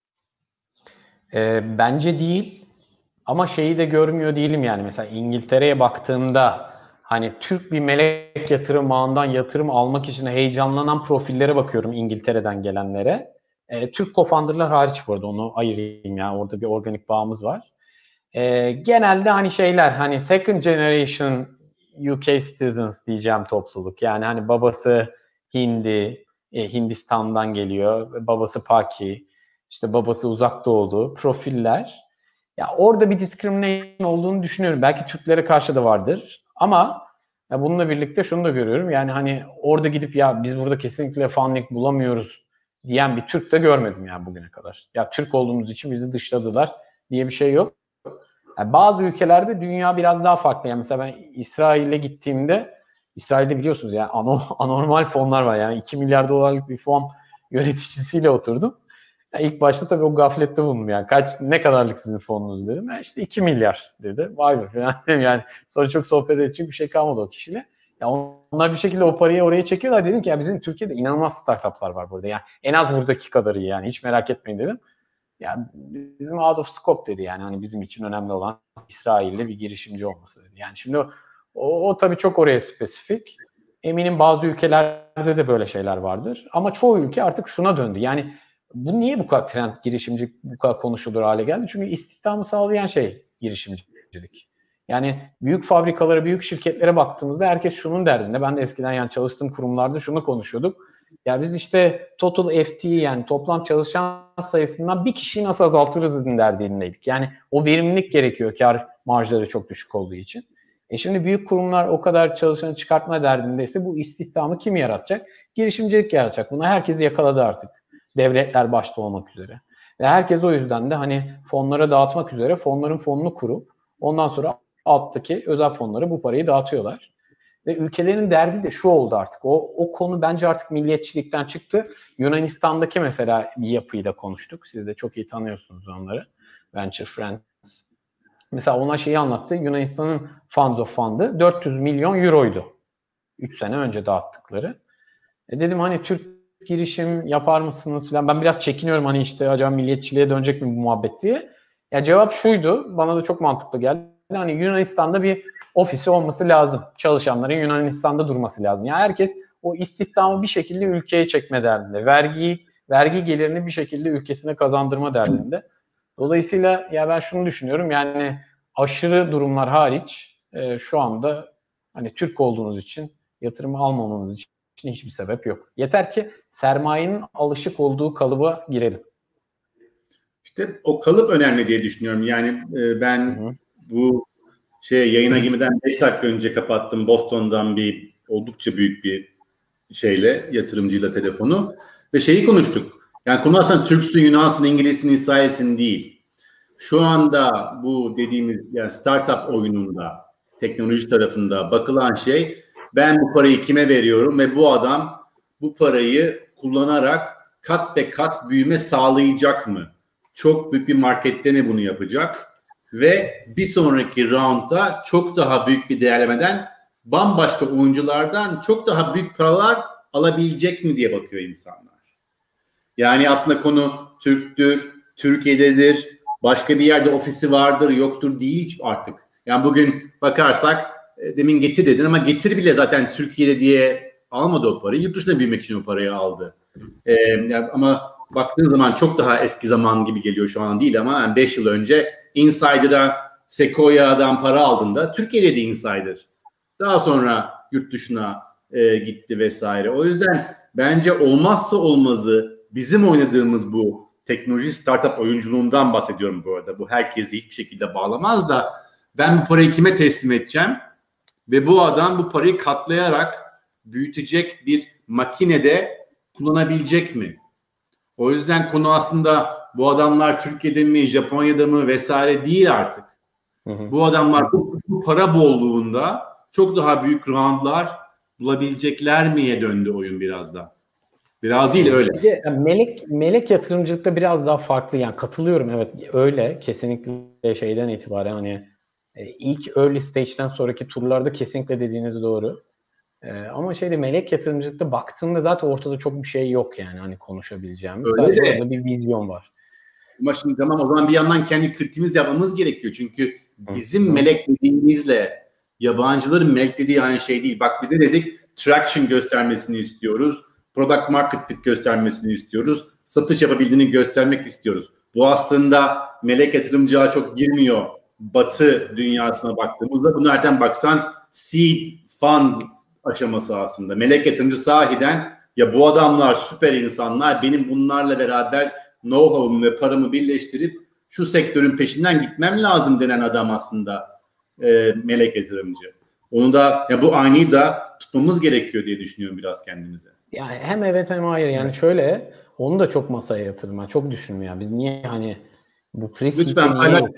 E, bence değil. Ama şeyi de görmüyor değilim yani mesela İngiltere'ye baktığımda hani Türk bir melek yatırım ağından yatırım almak için heyecanlanan profillere bakıyorum İngiltere'den gelenlere. E, Türk co-founder'lar hariç bu arada onu ayırayım yani orada bir organik bağımız var. E, genelde hani şeyler hani second generation U K citizens diyeceğim topluluk. Yani hani babası Hindi, e, Hindistan'dan geliyor, babası Paki, işte babası Uzak Doğulu profiller. Ya orada bir discrimination olduğunu düşünüyorum. Belki Türklere karşı da vardır. Ama ya bununla birlikte şunu da görüyorum. Yani hani orada gidip ya biz burada kesinlikle funding bulamıyoruz diyen bir Türk de görmedim yani bugüne kadar. Ya Türk olduğumuz için bizi dışladılar diye bir şey yok. Yani bazı ülkelerde dünya biraz daha farklı. Yani mesela ben İsrail'e gittiğimde İsrail'de biliyorsunuz yani anormal fonlar var. Yani iki milyar dolarlık bir fon yöneticisiyle oturdum. Yani ilk başta tabii o gaflette bulundum yani. Kaç, ne kadarlık sizin fonunuz dedim. Yani işte iki milyar dedi. Vay be falan dedim yani. Sonra çok sohbet edecek bir şey kalmadı o kişiyle. Ya onlar bir şekilde o parayı oraya çekiyorlar. Dedim ki ya bizim Türkiye'de inanılmaz startuplar var burada. Yani en az buradaki kadar iyi yani. Hiç merak etmeyin dedim. Ya bizim out of scope dedi yani. Hani bizim için önemli olan İsrail'de bir girişimci olması dedi. Yani şimdi O, o tabii çok oraya spesifik. Eminim bazı ülkelerde de böyle şeyler vardır. Ama çoğu ülke artık şuna döndü. Yani bu niye bu kadar trend girişimcilik bu kadar konuşulur hale geldi? Çünkü istihdamı sağlayan şey girişimcilik. Yani büyük fabrikalara, büyük şirketlere baktığımızda herkes şunun derdinde. Ben de eskiden yani çalıştığım kurumlarda şunu konuşuyorduk. Ya biz işte total F T yani toplam çalışan sayısından bir kişiyi nasıl azaltırız derdindeydik. Yani o verimlilik gerekiyor, kar marjları çok düşük olduğu için. E şimdi büyük kurumlar o kadar çalışanı çıkartma derdindeyse bu istihdamı kim yaratacak? Girişimcilik yaratacak. Buna herkes yakaladı artık. Devletler başta olmak üzere. Ve herkes o yüzden de hani fonlara dağıtmak üzere fonların fonunu kurup ondan sonra alttaki özel fonlara bu parayı dağıtıyorlar. Ve ülkelerin derdi de şu oldu artık. O, o konu bence artık milliyetçilikten çıktı. Yunanistan'daki mesela bir yapıyı da konuştuk. Siz de çok iyi tanıyorsunuz onları. Venture Friends. Mesela ona şeyi anlattı. Yunanistan'ın Funds of Fund'ı dört yüz milyon euroydu. üç sene önce dağıttıkları. E dedim hani Türk girişim yapar mısınız falan. Ben biraz çekiniyorum hani işte acaba milliyetçiliğe dönecek mi bu muhabbet diye. Ya cevap şuydu. Bana da çok mantıklı geldi. Hani Yunanistan'da bir ofisi olması lazım. Çalışanların Yunanistan'da durması lazım. Yani herkes o istihdamı bir şekilde ülkeye çekme derdinde. Vergi, vergi gelirini bir şekilde ülkesine kazandırma derdinde. Dolayısıyla ya ben şunu düşünüyorum yani aşırı durumlar hariç e, şu anda hani Türk olduğunuz için yatırım almamanız için hiçbir sebep yok. Yeter ki sermayenin alışık olduğu kalıba girelim. İşte o kalıp önemli diye düşünüyorum. Yani e, ben hı hı. bu şey yayına girmeden beş dakika önce kapattım Boston'dan bir oldukça büyük bir şeyle yatırımcıyla telefonu ve şeyi konuştuk. Yani konu aslında Türksün, Yunansın, İngilizsin, İsrailsin değil. Şu anda bu dediğimiz yani startup oyununda, teknoloji tarafında bakılan şey ben bu parayı kime veriyorum ve bu adam bu parayı kullanarak kat be kat büyüme sağlayacak mı? Çok büyük bir markette mi bunu yapacak? Ve bir sonraki roundda çok daha büyük bir değerlemeden bambaşka oyunculardan çok daha büyük paralar alabilecek mi diye bakıyor insanlar. Yani aslında konu Türk'tür, Türkiye'dedir, başka bir yerde ofisi vardır, yoktur değil artık. Yani bugün bakarsak demin getir dedin ama getir bile zaten Türkiye'de diye almadı o parayı. Yurt dışında büyümek için o parayı aldı. Ee, yani ama baktığın zaman çok daha eski zaman gibi geliyor şu an değil ama yani beş yıl önce Insider'a Sequoia'dan para aldığında Türkiye'de de Insider. Daha sonra yurt dışına e, gitti vesaire. O yüzden bence olmazsa olmazı bizim oynadığımız bu teknoloji startup oyunculuğundan bahsediyorum bu arada. Bu herkesi hiçbir şekilde bağlamaz da ben bu parayı kime teslim edeceğim ve bu adam bu parayı katlayarak büyütecek bir makinede kullanabilecek mi? O yüzden konu aslında bu adamlar Türkiye'de mi, Japonya'da mı vesaire değil artık. Hı hı. Bu adamlar bu, bu para bolluğunda çok daha büyük roundlar bulabilecekler miye döndü oyun biraz da. Biraz değil öyle. Yani melek melek yatırımcılıkta biraz daha farklı yani katılıyorum evet öyle kesinlikle şeyden itibaren hani ilk early stage'den sonraki turlarda kesinlikle dediğiniz doğru. Ee, ama şeyde melek yatırımcılıkta baktığında zaten ortada çok bir şey yok yani hani konuşabileceğimiz. Öyle sadece de. Orada bir vizyon var. Ama şimdi tamam o zaman bir yandan kendi kritiğimizi yapmamız gerekiyor. Çünkü bizim Hı. melek dediğimizle yabancıların melek dediği aynı şey değil. Bak bir de dedik traction göstermesini istiyoruz. Product market fit göstermesini istiyoruz. Satış yapabildiğini göstermek istiyoruz. Bu aslında melek yatırımcıya çok girmiyor. Batı dünyasına baktığımızda bu nereden baksan seed fund aşaması aslında. Melek yatırımcı sahiden ya bu adamlar süper insanlar benim bunlarla beraber know-how'umu ve paramı birleştirip şu sektörün peşinden gitmem lazım denen adam aslında e, melek yatırımcı. Onu da ya bu aynıyı da tutmamız gerekiyor diye düşünüyorum biraz kendimize. Yani hem evet hem hayır yani evet. Şöyle onu da çok masaya yatırdım ben çok düşündüm ya biz niye hani bu Lütfen niye yokuz?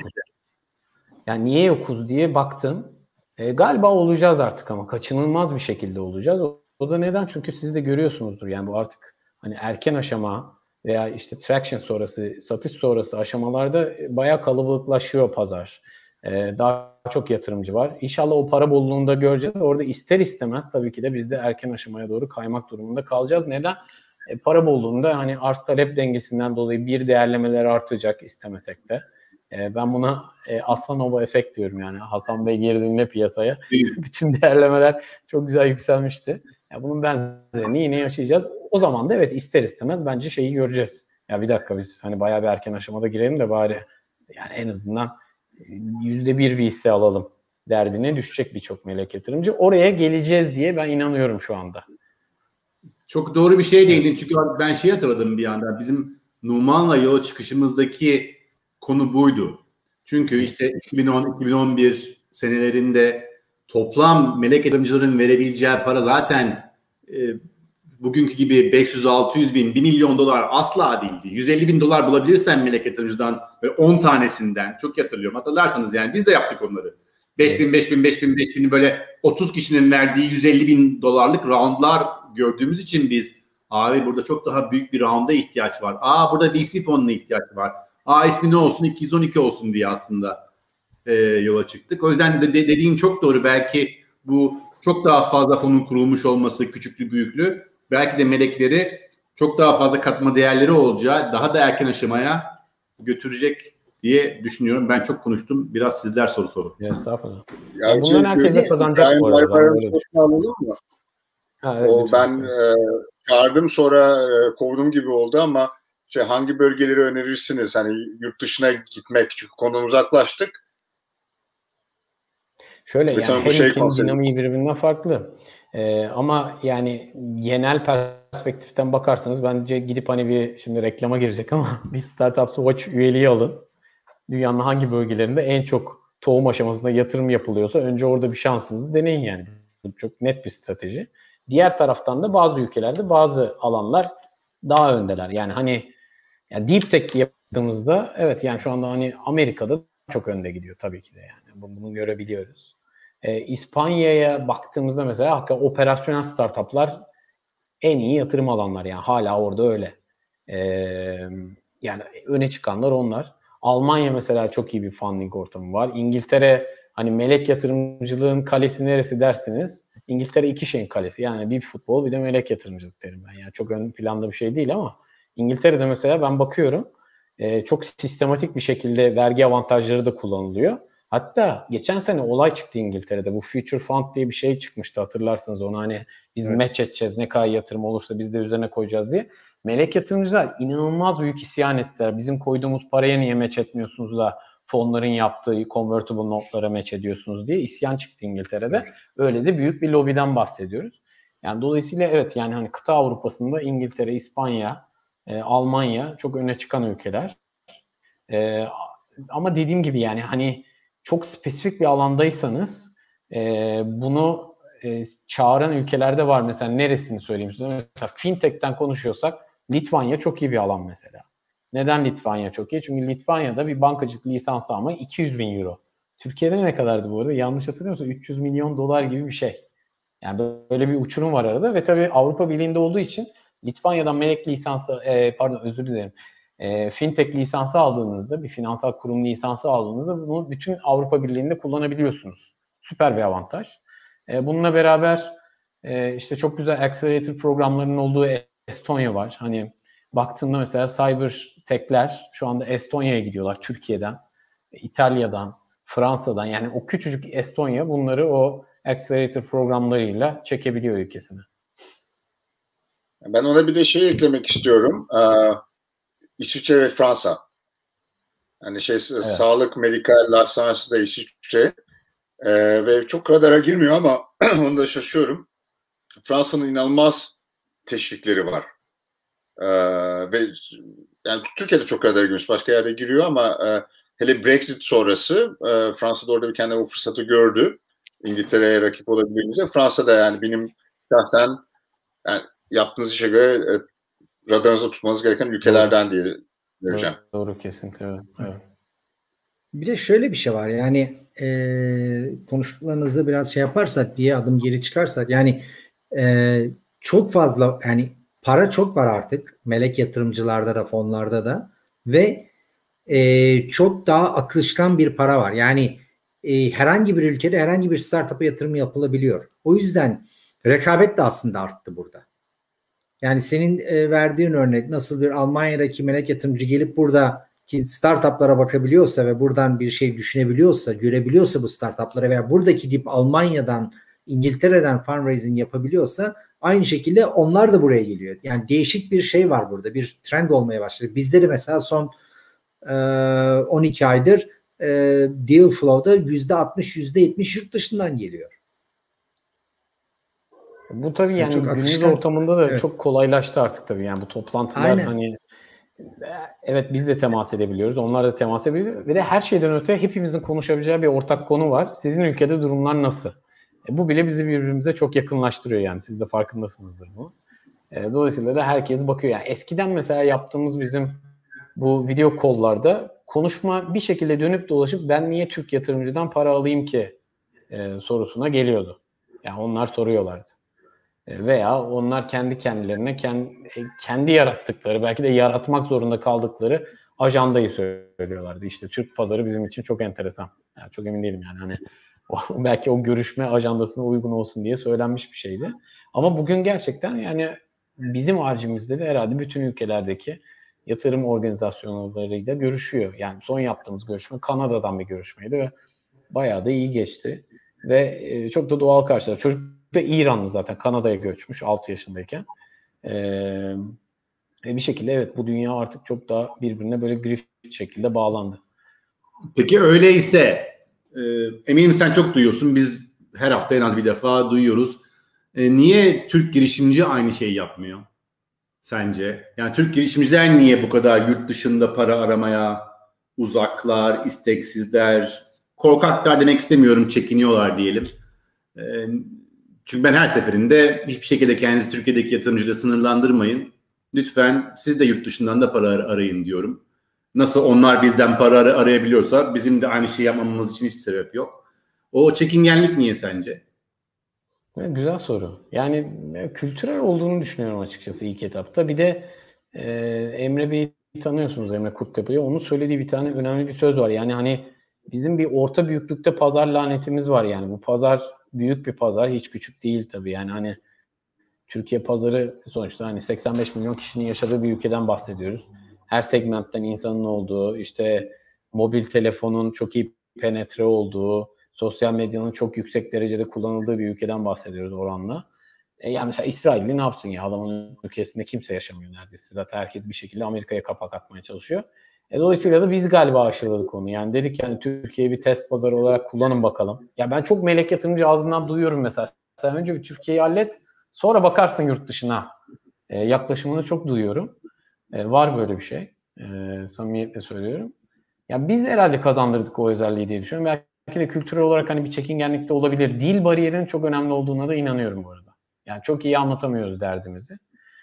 Yani niye yokuz diye baktım. E, galiba olacağız artık ama kaçınılmaz bir şekilde olacağız. O, o da neden? Çünkü siz de görüyorsunuzdur yani bu artık hani erken aşama veya işte traction sonrası, satış sonrası aşamalarda bayağı kalabalıklaşıyor pazar. Ee, daha çok yatırımcı var. İnşallah o para bolluğunda göreceğiz. Orada ister istemez tabii ki de biz de erken aşamaya doğru kaymak durumunda kalacağız. Neden? E, para bolluğunda hani arz talep dengesinden dolayı bir değerlemeler artacak istemesek de. E, ben buna e, Aslanova efekt diyorum yani. Hasan Bey girdiğinde piyasaya bütün değerlemeler çok güzel yükselmişti. Ya bunun benzerini yine yaşayacağız. O zaman da evet ister istemez bence şeyi göreceğiz. Ya bir dakika biz hani bayağı bir erken aşamada girelim de bari yani en azından yüzde bir bir hisse alalım derdine düşecek birçok melek yatırımcı. Oraya geleceğiz diye ben inanıyorum şu anda. Çok doğru bir şey değindin. Çünkü ben şey hatırladım bir anda. Bizim Numan'la yola çıkışımızdaki konu buydu. Çünkü işte iki bin on iki bin on bir senelerinde toplam melek yatırımcıların verebileceği para zaten e, bugünkü gibi beş yüz altı yüz bin, bir milyon dolar asla değildi. yüz elli bin dolar bulabilirsen melek yatırımcıdan ve on tanesinden çok iyi hatırlıyorum. Hatırlarsanız yani biz de yaptık onları. beş bin, beş bin, beş bin, beş bin böyle otuz kişinin verdiği yüz elli bin dolarlık roundlar gördüğümüz için biz abi burada çok daha büyük bir rounda ihtiyaç var. Aa burada V C fonuna ihtiyaç var. Aa ismi ne olsun iki yüz on iki olsun diye aslında e, yola çıktık. O yüzden de, dediğin çok doğru. Belki bu çok daha fazla fonun kurulmuş olması küçüklü büyüklü belki de melekleri çok daha fazla katma değerleri olacağı daha da erken aşamaya götürecek diye düşünüyorum. Ben çok konuştum. Biraz sizler soru sorun. Estağfurullah. Yani bundan şey, herkes de kazanacak bu arada. Alalım mı? Ha, evet, o ben e, çağırdım sonra e, kovdum gibi oldu ama şey, hangi bölgeleri önerirsiniz? Hani yurt dışına gitmek çünkü konudan uzaklaştık. Şöyle Mesela yani bu her şey ülkenin konseri. dinamiği birbirinden farklı. Ee, ama yani genel perspektiften bakarsanız bence gidip hani bir şimdi reklama girecek ama bir Startups Watch üyeliği alın. Dünyanın hangi bölgelerinde en çok tohum aşamasında yatırım yapılıyorsa önce orada bir şansınızı deneyin yani. Bu çok net bir strateji. Diğer taraftan da bazı ülkelerde bazı alanlar daha öndeler. Yani hani yani deep tech diye baktığımızda evet yani şu anda hani Amerika'da çok önde gidiyor tabii ki de yani. Bunu görebiliyoruz. Ee, İspanya'ya baktığımızda mesela hakikaten operasyonel startuplar en iyi yatırım alanlar yani hala orada öyle. Ee, yani öne çıkanlar onlar. Almanya mesela çok iyi bir funding ortamı var. İngiltere hani melek yatırımcılığın kalesi neresi dersiniz? İngiltere iki şeyin kalesi. Yani bir futbol bir de melek yatırımcılık derim ben. Yani çok ön planda bir şey değil ama İngiltere'de mesela ben bakıyorum e, çok sistematik bir şekilde vergi avantajları da kullanılıyor. Hatta geçen sene olay çıktı İngiltere'de. Bu Future Fund diye bir şey çıkmıştı hatırlarsınız onu hani biz evet. match edeceğiz ne kadar yatırım olursa biz de üzerine koyacağız diye. Melek yatırımcılar inanılmaz büyük isyan ettiler. Bizim koyduğumuz paraya niye match etmiyorsunuz da fonların yaptığı convertible notlara match ediyorsunuz diye isyan çıktı İngiltere'de. Evet. Öyle de büyük bir lobiden bahsediyoruz. Yani dolayısıyla evet yani hani kıta Avrupa'sında İngiltere, İspanya, e, Almanya çok öne çıkan ülkeler. E, ama dediğim gibi yani hani çok spesifik bir alandaysanız e, bunu e, çağıran ülkelerde var. Mesela neresini söyleyeyim size? Mesela fintech'ten konuşuyorsak Litvanya çok iyi bir alan mesela. Neden Litvanya çok iyi? Çünkü Litvanya'da bir bankacılık lisansı almak iki yüz bin euro. Türkiye'de ne kadardı bu arada? Yanlış hatırlamıyorsam üç yüz milyon dolar gibi bir şey. Yani böyle bir uçurum var arada ve tabii Avrupa Birliği'nde olduğu için Litvanya'dan melek lisansı, e, pardon özür dilerim, e, fintech lisansı aldığınızda, bir finansal kurum lisansı aldığınızda bunu bütün Avrupa Birliği'nde kullanabiliyorsunuz. Süper bir avantaj. E, bununla beraber e, işte çok güzel accelerator programlarının olduğu Estonya var. Hani baktığımda mesela cyber tech'ler şu anda Estonya'ya gidiyorlar Türkiye'den, İtalya'dan, Fransa'dan. Yani o küçücük Estonya bunları o accelerator programlarıyla çekebiliyor ülkesine. Ben ona bir de şey eklemek istiyorum. Ee, İsviçre ve Fransa. Yani şey evet. Sağlık, medikal, life sciences da İsviçre. Ee, ve çok radara girmiyor ama onu da şaşıyorum. Fransa'nın inanılmaz teşvikleri var. Ee, ve yani Türkiye'de çok radara girmiş. Başka yerde giriyor ama e, hele Brexit sonrası e, Fransa'da orada bir kendi o fırsatı gördü. İngiltere'ye rakip olabildiğimizde. Fransa'da yani benim şahsen yani yaptığınız işe göre e, radarınızda tutmanız gereken ülkelerden doğru. diye göreceğim. Doğru, doğru kesinlikle. Evet. Bir de şöyle bir şey var yani e, konuştuklarınızı biraz şey yaparsak bir adım geri çıkarsak yani e, çok fazla yani para çok var artık melek yatırımcılarda da fonlarda da ve e, çok daha akışkan bir para var yani e, herhangi bir ülkede herhangi bir startup'a yatırım yapılabiliyor. O yüzden rekabet de aslında arttı burada. Yani senin e, verdiğin örnek nasıl bir Almanya'daki melek yatırımcı gelip burada ki startuplara bakabiliyorsa ve buradan bir şey düşünebiliyorsa, görebiliyorsa bu startuplara veya buradaki dip Almanya'dan, İngiltere'den fundraising yapabiliyorsa aynı şekilde onlar da buraya geliyor. Yani değişik bir şey var burada. Bir trend olmaya başladı. Bizde de mesela son e, on iki aydır e, deal flow'da yüzde altmış yüzde yetmiş yurt dışından geliyor. Bu tabii yani, yani günümüz akışkan, ortamında da evet. çok kolaylaştı artık tabii. Yani bu toplantılar Aynen. hani evet biz de temas edebiliyoruz. Onlar da temas edebiliyor. Ve de her şeyden öte hepimizin konuşabileceği bir ortak konu var. Sizin ülkede durumlar nasıl? E, bu bile bizi birbirimize çok yakınlaştırıyor yani. Siz de farkındasınızdır bu. E, dolayısıyla da herkes bakıyor. Yani eskiden mesela yaptığımız bizim bu video call'larda konuşma bir şekilde dönüp dolaşıp ben niye Türk yatırımcıdan para alayım ki e, sorusuna geliyordu. Yani onlar soruyorlardı. E, veya onlar kendi kendilerine kendi, kendi yarattıkları, belki de yaratmak zorunda kaldıkları ajandayı söylüyorlardı. İşte Türk pazarı bizim için çok enteresan. Yani çok emin değilim yani hani o, belki o görüşme ajandasına uygun olsun diye söylenmiş bir şeydi. Ama bugün gerçekten yani bizim harcımızda da herhalde bütün ülkelerdeki yatırım organizasyonlarıyla görüşüyor. Yani son yaptığımız görüşme Kanada'dan bir görüşmeydi ve bayağı da iyi geçti. Ve e, çok da doğal karşılar. Çocuk ve İranlı zaten Kanada'ya göçmüş altı yaşındayken. Ee, bir şekilde evet bu dünya artık çok daha birbirine böyle grift şekilde bağlandı. Peki öyleyse e, eminim sen çok duyuyorsun. Biz her hafta en az bir defa duyuyoruz. E, niye Türk girişimci aynı şeyi yapmıyor sence? Yani Türk girişimciler niye bu kadar yurt dışında para aramaya uzaklar, isteksizler, korkaklar demek istemiyorum, çekiniyorlar diyelim. E, çünkü ben her seferinde hiçbir şekilde kendinizi Türkiye'deki yatırımcıyla sınırlandırmayın. Lütfen siz de yurt dışından da para arayın diyorum. Nasıl onlar bizden para ar- arayabiliyorsa bizim de aynı şeyi yapmamamız için hiçbir sebep yok. O çekingenlik niye sence? Güzel soru. Yani kültürel olduğunu düşünüyorum açıkçası ilk etapta. Bir de e, Emre Bey'i tanıyorsunuz, Emre Kurttepe'yi. Onun söylediği bir tane önemli bir söz var. Yani hani bizim bir orta büyüklükte pazar lanetimiz var yani. Bu pazar büyük bir pazar, hiç küçük değil tabii. Yani hani Türkiye pazarı sonuçta hani seksen beş milyon kişinin yaşadığı bir ülkeden bahsediyoruz. Her segmentten insanın olduğu, işte mobil telefonun çok iyi penetre olduğu, sosyal medyanın çok yüksek derecede kullanıldığı bir ülkeden bahsediyoruz oranla. E yani mesela İsrail'de ne yapsın ya? Adamın ülkesinde kimse yaşamıyor neredeyse. Zaten herkes bir şekilde Amerika'ya kapak atmaya çalışıyor. E dolayısıyla da biz galiba aşıladık onu. Yani dedik yani Türkiye'yi bir test pazarı olarak kullanın bakalım. Ya ben çok melek yatırımcı ağzından duyuyorum mesela. Sen önce bir Türkiye'yi hallet, sonra bakarsın yurt dışına. E, yaklaşımını çok duyuyorum. E, var böyle bir şey. E, samimiyetle söylüyorum. Ya biz herhalde kazandırdık o özelliği diye düşünüyorum. Belki de kültürel olarak hani bir çekingenlik de olabilir. Dil bariyerinin çok önemli olduğuna da inanıyorum bu arada. Yani çok iyi anlatamıyoruz derdimizi.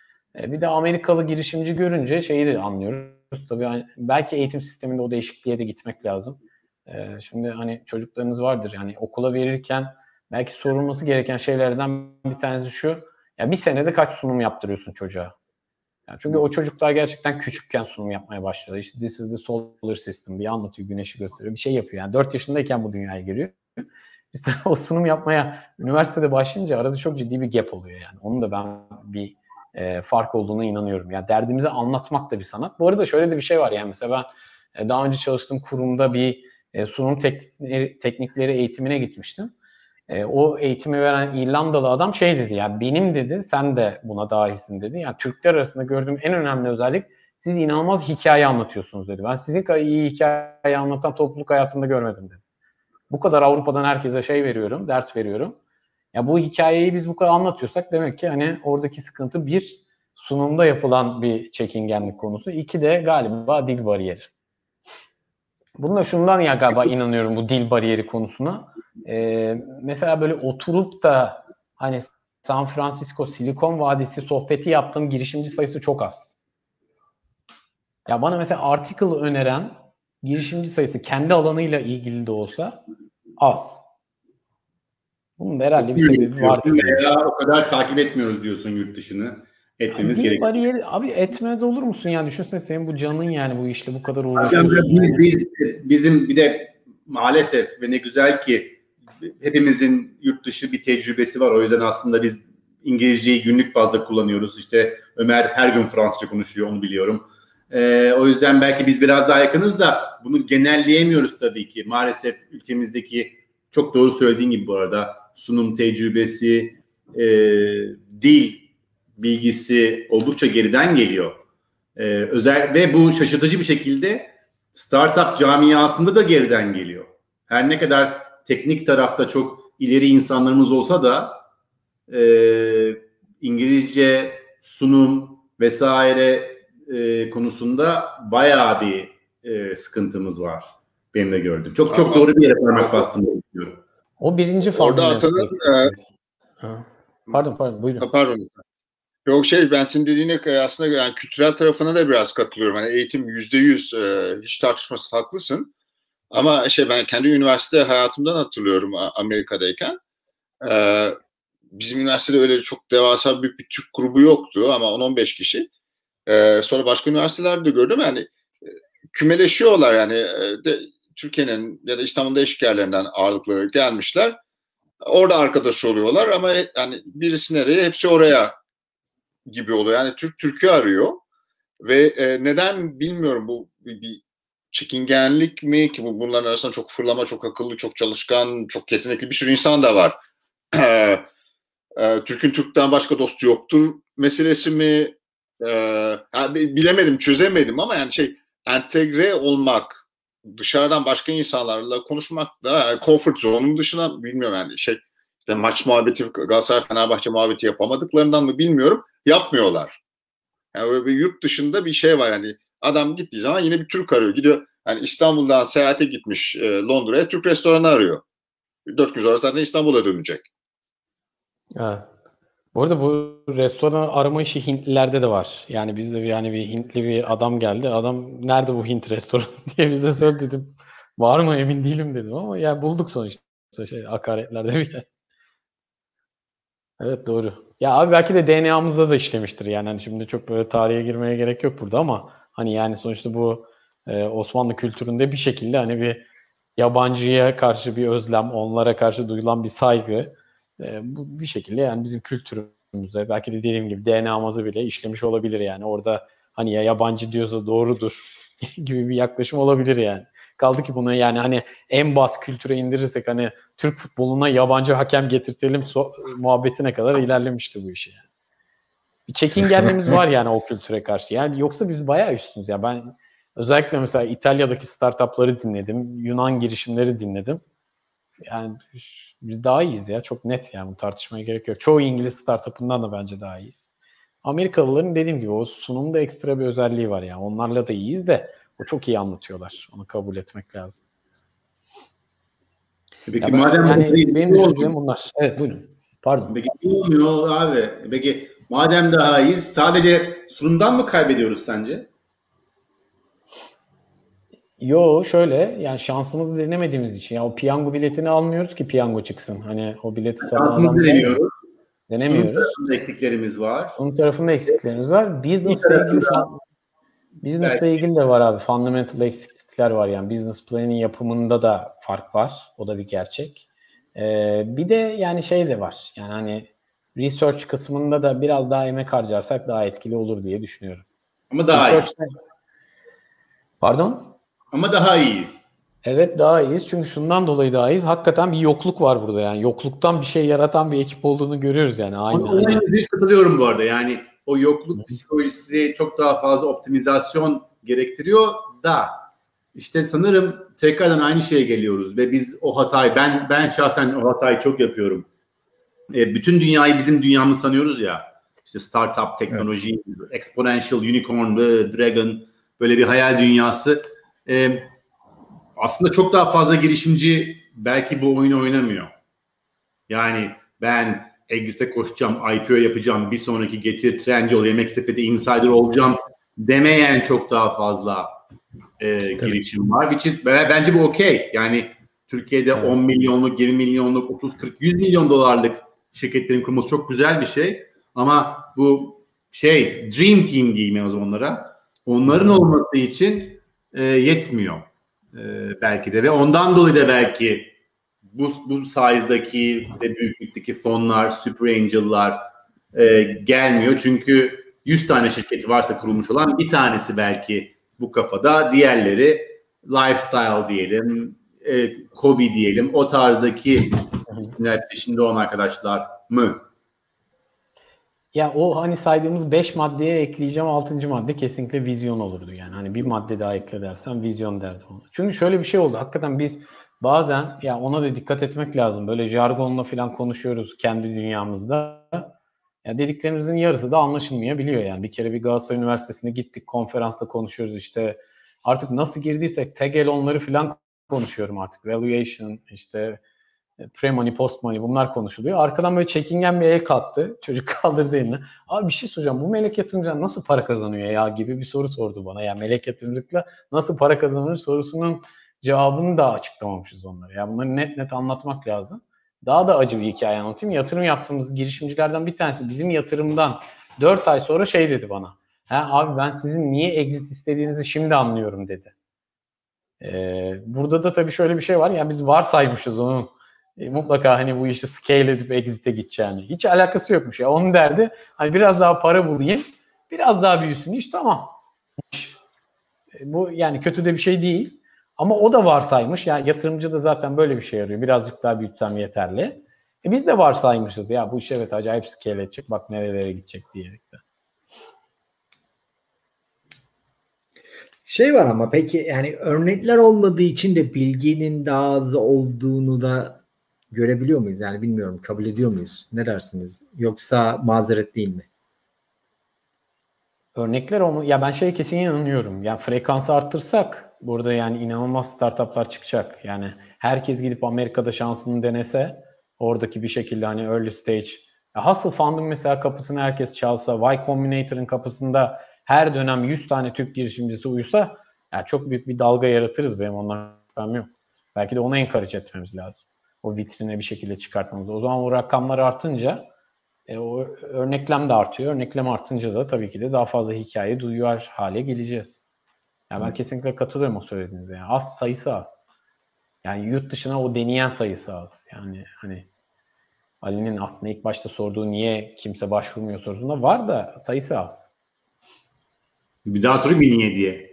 E, bir de Amerikalı girişimci görünce şeyi de anlıyoruz. Tabii hani belki eğitim sisteminde o değişikliğe de gitmek lazım. E, şimdi hani çocuklarınız vardır yani okula verirken belki sorulması gereken şeylerden bir tanesi şu. Ya bir senede kaç sunum yaptırıyorsun çocuğa? Yani çünkü o çocuklar gerçekten küçükken sunum yapmaya başlıyor. İşte this is the solar system diye anlatıyor, güneşi gösteriyor. Bir şey yapıyor. Yani dört yaşındayken bu dünyaya giriyor. Biz de o sunum yapmaya üniversitede başlayınca arada çok ciddi bir gap oluyor yani. Onun da ben bir e, fark olduğuna inanıyorum. Yani derdimizi anlatmak da bir sanat. Bu arada şöyle de bir şey var yani mesela ben e, daha önce çalıştığım kurumda bir e, sunum teknikleri, teknikleri eğitimine gitmiştim. E, o eğitimi veren İrlandalı adam şey dedi ya benim dedi sen de buna dahilsin dedi. Yani Türkler arasında gördüğüm en önemli özellik siz inanılmaz hikaye anlatıyorsunuz dedi. Ben sizin kadar iyi hikaye anlatan topluluk hayatımda görmedim dedi. Bu kadar Avrupa'dan herkese şey veriyorum, ders veriyorum. Ya bu hikayeyi biz bu kadar anlatıyorsak demek ki hani oradaki sıkıntı bir sunumda yapılan bir çekingenlik konusu. İki de galiba dil bariyeri. Bununla şundan ya galiba inanıyorum bu dil bariyeri konusuna. Ee, mesela böyle oturup da hani San Francisco Silikon Vadisi sohbeti yaptığım girişimci sayısı çok az. Ya bana mesela article öneren girişimci sayısı kendi alanıyla ilgili de olsa az. Bunun da herhalde bir sebebi vardır diye düşünüyorum. O kadar takip etmiyoruz diyorsun yurt dışını. Etmemiz Dil gerekiyor. bariyeri abi etmez olur musun yani düşünsene senin bu canın yani bu işle bu kadar Yani uğraşıyorsun. biz, Yani. biz bizim bir de maalesef ve ne güzel ki hepimizin yurt dışı bir tecrübesi var. O yüzden aslında biz İngilizceyi günlük bazda kullanıyoruz. İşte Ömer her gün Fransızca konuşuyor, onu biliyorum. E, o yüzden belki biz biraz daha yakınız da bunu genelleyemiyoruz tabii ki. Maalesef ülkemizdeki, çok doğru söylediğin gibi bu arada, sunum tecrübesi, e, dil bilgisi oldukça geriden geliyor. E, özel ve bu şaşırtıcı bir şekilde startup camiasında da geriden geliyor. Her ne kadar teknik tarafta çok ileri insanlarımız olsa da e, İngilizce sunum vesaire e, konusunda bayağı bir e, sıkıntımız var. Benim de gördüm. Çok çok doğru bir yere parmak bastığını düşünüyorum. O birinci Orada Atan'ın e, pardon pardon buyurun. Pardon. Yok şey, ben senin dediğine aslında yani kültürel tarafına da biraz katılıyorum. Hani eğitim yüzde yüz hiç tartışmasız haklısın. Ama şey, ben kendi üniversite hayatımdan hatırlıyorum Amerika'dayken. E, bizim üniversitede öyle çok devasa büyük bir Türk grubu yoktu ama on on beş kişi. E, sonra başka üniversitelerde gördüm yani e, kümeleşiyorlar yani e, de, Türkiye'nin ya da İstanbul'da değişik yerlerinden ağırlıklı gelmişler. Orada arkadaş oluyorlar ama yani birisi nereye, hepsi oraya gibi oluyor. Yani Türk Türk'ü arıyor ve e, neden bilmiyorum, bu bir, bir çekingenlik mi ki, bu bunların arasında çok fırlama, çok akıllı, çok çalışkan, çok yetenekli bir sürü insan da var. e, e, Türk'ün Türk'ten başka dostu yoktur meselesi mi? E, yani bilemedim, çözemedim ama yani şey, entegre olmak, dışarıdan başka insanlarla konuşmak da yani comfort zone'un dışına, bilmiyorum yani şey, işte maç muhabbeti, Galatasaray Fenerbahçe muhabbeti yapamadıklarından mı bilmiyorum, yapmıyorlar. Yani böyle bir yurt dışında bir şey var, yani adam gittiği zaman yine bir Türk arıyor, gidiyor yani İstanbul'dan seyahate gitmiş e, Londra'ya, Türk restoranı arıyor. Dört gün sonra zaten İstanbul'a dönecek. Evet. Bu arada bu restoran arama işi Hintlilerde de var. Yani bizde bir, yani bir Hintli bir adam geldi. Adam nerede bu Hint restoranı diye bize söyledi, dedim. Var mı emin değilim dedim ama yani bulduk sonuçta şey, hakaretlerde bir yer. Evet doğru. Ya abi belki de D N A'mızda da işlemiştir. Yani hani şimdi çok böyle tarihe girmeye gerek yok burada ama hani yani sonuçta bu e, Osmanlı kültüründe bir şekilde hani bir yabancıya karşı bir özlem, onlara karşı duyulan bir saygı, e, bu bir şekilde yani bizim kültürümüze, belki de dediğim gibi D N A'mızı bile işlemiş olabilir yani. Orada hani ya yabancı diyorsa doğrudur gibi bir yaklaşım olabilir yani. Kaldı ki buna yani hani en bas kültüre indirirsek hani Türk futboluna yabancı hakem getirtelim so- muhabbetine kadar ilerlemişti bu işi yani. Bir çekingenliğimiz var yani o kültüre karşı. Yani yoksa biz bayağı üstünüz ya. Ben özellikle mesela İtalya'daki startupları dinledim. Yunan girişimleri dinledim. Yani biz daha iyiyiz ya. Çok net yani, bu tartışmaya gerek yok. Çoğu İngiliz startup'ından da bence daha iyiyiz. Amerikalıların dediğim gibi o sunumda ekstra bir özelliği var yani. Onlarla da iyiyiz de o çok iyi anlatıyorlar. Onu kabul etmek lazım. Peki Ya ben, madem yani bu benim düşüncem bunlar. Evet buyurun. Pardon. Peki ne olmuyor abi? Peki madem daha iyiyiz, sadece sunumdan mı kaybediyoruz sence? Yo şöyle yani, şansımızı denemediğimiz için ya, o piyango biletini almıyoruz ki piyango çıksın. Hani o bileti satan Şansımızı adam denemiyoruz. denemiyoruz. Sunum tarafında eksiklerimiz var. Onun tarafında eksiklerimiz var. Business'la ilgili fan, business'la ilgili de var abi. Fundamental eksiklikler var yani. Business plan'in yapımında da fark var. O da bir gerçek. Ee, bir de yani şey de var. Yani hani research kısmında da biraz daha emek harcarsak daha etkili olur diye düşünüyorum. Ama daha iyi. Pardon? Ama daha iyiyiz. Evet daha iyiyiz. Çünkü şundan dolayı daha iyiyiz. Hakikaten bir yokluk var burada yani. Yokluktan bir şey yaratan bir ekip olduğunu görüyoruz yani. Aynı. Ona yüzde yüz katılıyorum bu arada. Yani o yokluk psikolojisi çok daha fazla optimizasyon gerektiriyor da işte sanırım tekrardan aynı şeye geliyoruz ve biz o hatayı, ben ben şahsen o hatayı çok yapıyorum. E, bütün dünyayı bizim dünyamız sanıyoruz ya. İşte startup, teknoloji, evet. Exponential, unicorn, dragon, böyle bir hayal dünyası. E, aslında çok daha fazla girişimci belki bu oyunu oynamıyor. Yani ben Exit'e koşacağım, I P O yapacağım, bir sonraki Getir, Trendyol, Yemek Sepeti, Insider olacağım demeyen çok daha fazla e, girişim var. Which bence bu okey. Yani Türkiye'de evet. on milyonluk, yirmi milyonluk, otuz kırk yüz milyon dolarlık şirketlerin kurulması çok güzel bir şey. Ama bu şey, Dream Team diyeyim en azından onlara. Onların olması için e, yetmiyor. E, belki de ve ondan dolayı da belki bu, bu size'daki ve büyüklükteki fonlar, super angel'lar e, gelmiyor. Çünkü yüz tane şirketi varsa kurulmuş olan bir tanesi belki bu kafada, diğerleri lifestyle diyelim, e, Kobe diyelim, o tarzdaki peşinde olan arkadaşlar mı? Ya o hani saydığımız beş maddeye ekleyeceğim altıncı madde kesinlikle vizyon olurdu yani. Hani bir madde daha ekle dersen vizyon derdi ona. Çünkü şöyle bir şey oldu. Hakikaten biz bazen ya ona da dikkat etmek lazım. Böyle jargonla falan konuşuyoruz kendi dünyamızda. Ya dediklerimizin yarısı da anlaşılmayabiliyor yani. Bir kere bir Galatasaray Üniversitesi'ne gittik, konferansta konuşuyoruz işte. Artık nasıl girdiysek tag elonları falan konuşuyorum artık. Valuation, işte pre-money, post-money bunlar konuşuluyor. Arkadan böyle çekingen bir el kalktı. Çocuk kaldırdı elini. Abi bir şey soracağım. Bu melek yatırımcılar nasıl para kazanıyor ya gibi bir soru sordu bana. Yani melek yatırımcılıkla nasıl para kazanır sorusunun cevabını da açıklamamışız onlara. Yani bunları net net anlatmak lazım. Daha da acı bir hikaye anlatayım. Yatırım yaptığımız girişimcilerden bir tanesi bizim yatırımdan dört ay sonra şey dedi bana. Ha abi ben sizin niye exit istediğinizi şimdi anlıyorum dedi. Ee, burada da tabii şöyle bir şey var. Yani biz varsaymışız onun e, mutlaka hani bu işi scale edip exit'e gideceğini. Hiç alakası yokmuş ya. Onun derdi hani biraz daha para bulayım, biraz daha büyüsün iş tamam. E, bu yani kötü de bir şey değil. Ama o da varsaymış. Yani yatırımcı da zaten böyle bir şey arıyor. Birazcık daha büyütsem yeterli. E biz de varsaymışız. Ya bu iş evet acayip scale edecek. Bak nerelere gidecek diyerek de. Şey var ama peki yani örnekler olmadığı için de bilginin daha az olduğunu da görebiliyor muyuz? Yani bilmiyorum, kabul ediyor muyuz? Ne dersiniz? Yoksa mazeret değil mi? Örnekler olma. Ya ben şeye kesin inanıyorum. Yani frekansı arttırsak burada yani inanılmaz startuplar çıkacak. Yani herkes gidip Amerika'da şansını denese oradaki bir şekilde hani early stage. Ya Hustle Fund'un mesela kapısını herkes çalsa, Y Combinator'ın kapısında her dönem yüz tane Türk girişimcisi uysa yani çok büyük bir dalga yaratırız, benim ondan şüphem yok. Belki de ona encourage etmemiz lazım. O vitrine bir şekilde çıkartmamız. O zaman o rakamlar artınca E, o örneklem de artıyor. Örneklem artınca da tabii ki de daha fazla hikaye duyuyor hale geleceğiz. Yani ben kesinlikle katılıyorum o söylediğinize. Yani az sayısı az. Yani yurt dışına o deneyen sayısı az. Yani hani Ali'nin aslında ilk başta sorduğu niye kimse başvurmuyor sorusunda var da sayısı az. Bir daha sorayım mı niye diye.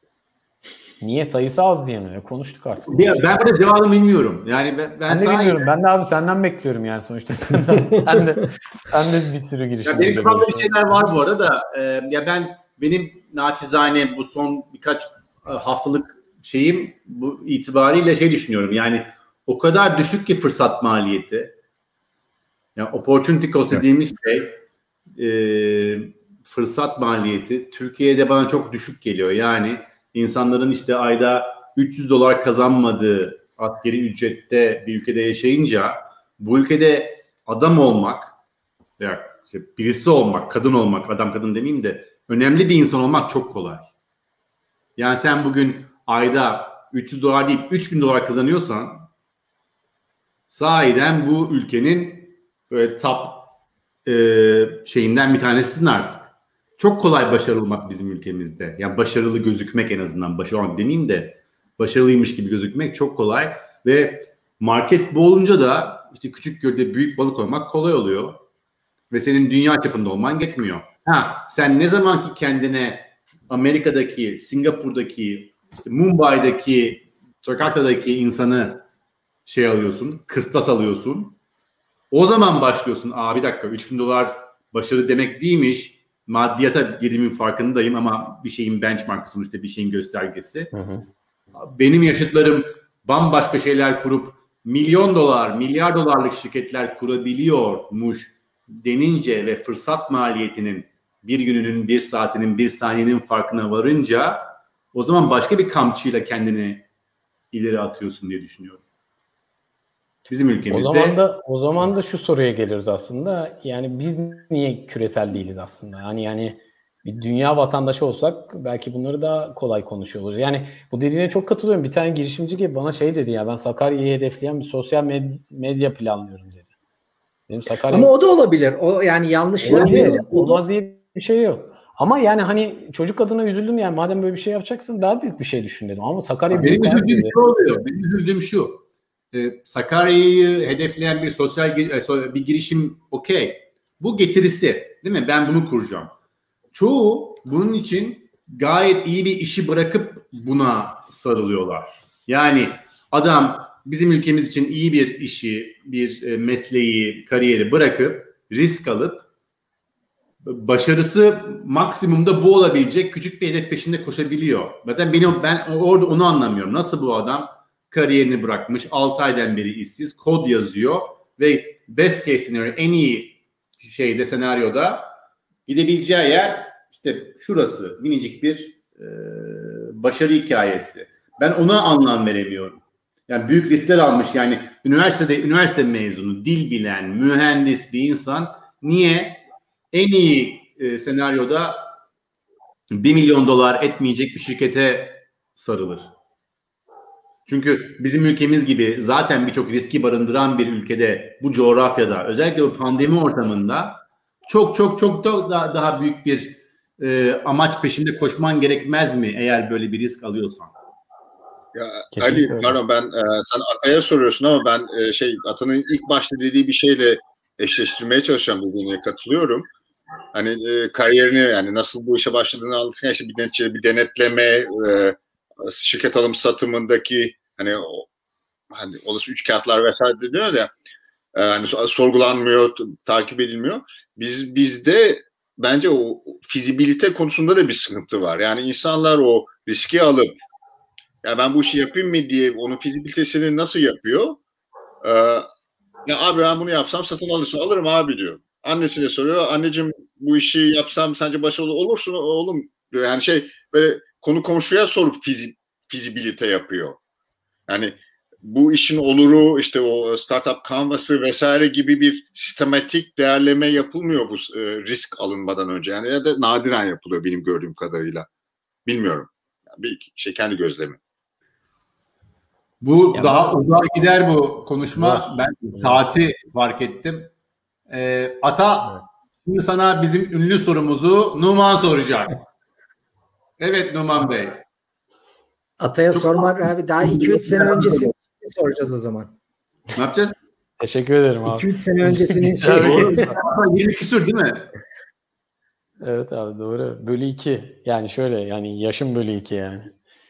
Niye sayısı az diye mi? Konuştuk artık. Ya, ben burada cevabını bilmiyorum. Yani ben, ben, ben de bilmiyorum. Ben de abi senden bekliyorum yani sonuçta senden. sen de sen de bir sürü girişimci. Ya benim kafamda bir şeyler var bu arada. Ee, ya ben benim naçizane bu son birkaç haftalık şeyim bu itibariyle şey düşünüyorum. Yani o kadar düşük ki fırsat maliyeti. Yani opportunity cost dediğimiz şey e, fırsat maliyeti Türkiye'de bana çok düşük geliyor. Yani insanların işte ayda üç yüz dolar kazanmadığı asgari ücrette bir ülkede yaşayınca bu ülkede adam olmak veya işte birisi olmak, kadın olmak, adam kadın demeyeyim de önemli bir insan olmak çok kolay. Yani sen bugün ayda üç yüz dolar değil üç bin dolar kazanıyorsan sahiden bu ülkenin böyle top e, şeyinden bir tanesisin artık. Çok kolay başarılı olmak bizim ülkemizde. Yani başarılı gözükmek en azından. Başarılı demeyeyim de başarılıymış gibi gözükmek çok kolay. Ve market bu olunca da işte küçük gölde büyük balık olmak kolay oluyor. Ve senin dünya çapında olman gerekmiyor. Ha, sen ne zaman ki kendine Amerika'daki, Singapur'daki, işte Mumbai'daki, Jakarta'daki insanı şey alıyorsun, kıstas alıyorsun. O zaman başlıyorsun. Aa bir dakika üç bin dolar başarı demek değilmiş. Maddiyata girdiğimin farkındayım ama bir şeyin benchmark sonuçta bir şeyin göstergesi. Hı hı. Benim yaşıtlarım bambaşka şeyler kurup milyon dolar, milyar dolarlık şirketler kurabiliyormuş denince ve fırsat maliyetinin bir gününün, bir saatinin, bir saniyenin farkına varınca o zaman başka bir kamçıyla kendini ileri atıyorsun diye düşünüyorum. Bizim ülkemizde. O zaman da o zaman da şu soruya geliyoruz aslında. Yani biz niye küresel değiliz aslında? Hani yani bir dünya vatandaşı olsak belki bunları daha kolay konuşuyor oluruz. Yani bu dediğine çok katılıyorum. Bir tane girişimci gibi bana şey dedi ya ben Sakarya'yı hedefleyen bir sosyal med- medya planlıyorum dedi. Benim Sakarya... Ama o da olabilir. O yani yanlış yapmıyor. Olmaz diye bir şey yok. Ama yani hani çocuk adına üzüldüm yani madem böyle bir şey yapacaksın daha büyük bir şey düşün dedim. Ama Sakarya benim üzüldüğüm şu oluyor. Benim üzüldüğüm şu. Ee, Sakarya'yı hedefleyen bir sosyal bir girişim okey. Bu getirisi değil mi? Ben bunu kuracağım. çoğu bunun için gayet iyi bir işi bırakıp buna sarılıyorlar. Yani adam bizim ülkemiz için iyi bir işi, bir mesleği, kariyeri bırakıp risk alıp başarısı maksimumda bu olabilecek küçük bir hedef peşinde koşabiliyor. Zaten benim, ben orada onu anlamıyorum. Nasıl bu adam kariyerini bırakmış, altı aydan beri işsiz, kod yazıyor ve best case scenario, en iyi şeyde, senaryoda gidebileceği yer işte şurası, minicik bir e, başarı hikayesi. Ben ona anlam veremiyorum. Yani büyük riskler almış, yani üniversitede üniversite mezunu, dil bilen, mühendis bir insan niye en iyi e, senaryoda bir milyon dolar etmeyecek bir şirkete sarılır? Çünkü bizim ülkemiz gibi zaten birçok riski barındıran bir ülkede, bu coğrafyada, özellikle bu pandemi ortamında çok çok çok da daha, daha büyük bir e, amaç peşinde koşman gerekmez mi eğer böyle bir risk alıyorsan? Ya Kesinlikle Ali, öyle. pardon, ben e, sen Atay'a soruyorsun ama ben e, şey Ata'nın ilk başta dediği bir şeyle eşleştirmeye çalışacağım, dediğine katılıyorum. Hani e, kariyerini, yani nasıl bu işe başladığını anlatırken işte bir netice, bir denetleme, e, şirket alım satımındaki hani o, hani olası üç kağıtlar vesaire diyor ya, e, hani sorgulanmıyor, takip edilmiyor. Biz bizde bence o fizibilite konusunda da bir sıkıntı var. Yani insanlar o riski alıp ya ben bu işi yapayım mı diye onun fizibilitesini nasıl yapıyor? Ee, ya abi ben bunu yapsam satın alırsın. Alırım abi diyor. Annesine soruyor. Anneciğim bu işi yapsam sence başarılı olursun oğlum diyor. Yani şey böyle konu komşuya sorup fizi, fizibilite yapıyor. Yani bu işin oluru, işte o startup canvas'ı vesaire gibi bir sistematik değerleme yapılmıyor bu e, risk alınmadan önce. Yani ya da nadiren yapılıyor benim gördüğüm kadarıyla. Bilmiyorum. Yani bir şey, kendi gözlemim. Bu Ya daha bu- uzağa gider bu konuşma. Var. Ben saati fark ettim. Ee, Ata, Evet. şimdi sana bizim ünlü sorumuzu Numan soracak. Evet Numan Bey. Atay'a Çok- sormak abi, daha iki üç sene öncesini soracağız o zaman. Ne yapacağız? Teşekkür ederim abi. iki üç sene öncesinin şey. Doğru. yirmi küsür değil mi? Evet abi, doğru. Bölü iki. Yani şöyle, yani yaşım bölü iki yani.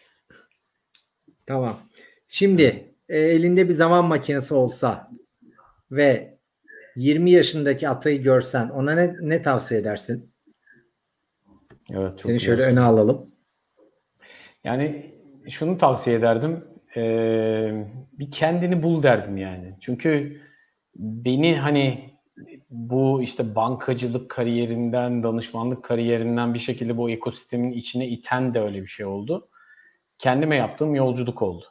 Tamam. Şimdi e, elinde bir zaman makinesi olsa ve yirmi yaşındaki Atay'ı görsen ona ne, ne tavsiye edersin? Evet, çok Seni güzel şöyle soru. öne alalım. Yani şunu tavsiye ederdim. Ee, bir kendini bul derdim yani. Çünkü beni hani bu işte bankacılık kariyerinden, danışmanlık kariyerinden bir şekilde bu ekosistemin içine iten de öyle bir şey oldu. Kendime yaptığım yolculuk oldu.